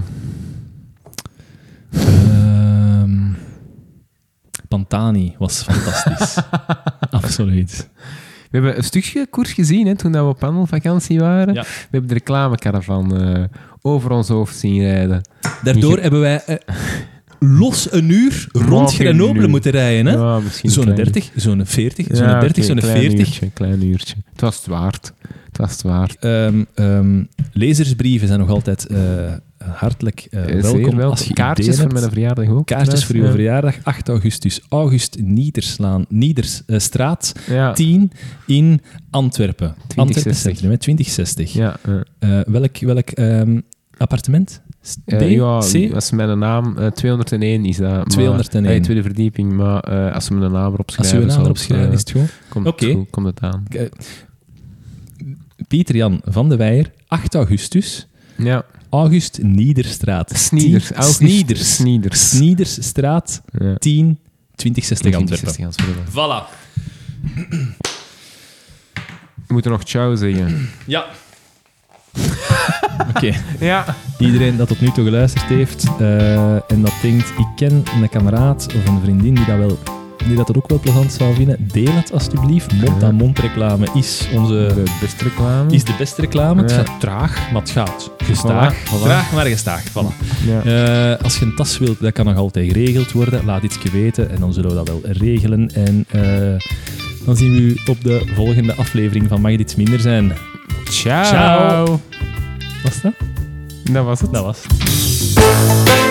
Um, Pantani was fantastisch. Absoluut. We hebben een stukje koers gezien hè, toen dat we op wandelvakantie waren. Ja. We hebben de reclamecaravan uh, over ons hoofd zien rijden. Daardoor Niet ge- hebben wij uh, los een uur rond Nog een Grenoble uur. moeten rijden. Hè? Ja, misschien een Zo'n klein- dertig, zo'n veertig, Ja, zo'n dertig, oké, zo'n klein veertig. Uurtje, klein uurtje. Het was het waard. Het was het waard. Um, um, lezersbrieven zijn nog altijd uh, hartelijk uh, Eh, welkom. Zeer welkom. Als je Kaartjes ideeën voor hebt. mijn verjaardag ook. Kaartjes voor uw trouwens. verjaardag, acht augustus. August Niederslaan, Niederstraat Ja. tien in Antwerpen. Antwerpen zestig. Centrum, hè, twintig zestig. Ja, ja. Uh, welk welk um, appartement? D, Uh, ja, C? als ze mijn naam... uh, tweehonderdéén is dat. maar- tweehonderdéén. Hey, tweede verdieping, maar uh, als ze mijn naam erop Als schrijven... je een naam erop zoals, schrijft, uh, is het goed. komt, Oké. het goed, komt het aan. Uh, Pieter-Jan van de Weijer, acht augustus, Ja. August Niederstraat. Snieders. tien August Snieders. Snieders. Sniedersstraat, Ja. tien, twintig zestig Antwerpen. twintig zestig Antwerpen. Voilà. We moeten nog ciao zeggen. Ja. Oké. Okay. Ja. Iedereen dat tot nu toe geluisterd heeft uh, en dat denkt, ik ken een kameraad of een vriendin die dat, wel, die dat ook wel plezant zou vinden, deel het alsjeblieft. Mond-aan-mond reclame is onze... De beste reclame. Is de beste reclame. Het Ja. gaat traag, maar het gaat gestaag. Voilà, voilà. Traag, maar gestaag. Voilà. Ja. Uh, als je een tas wilt, dat kan nog altijd geregeld worden. Laat iets weten en dan zullen we dat wel regelen. En uh, dan zien we u op de volgende aflevering van Mag het iets minder zijn. Ciao. Ciao. Was dat? Dat was het. Dat was het.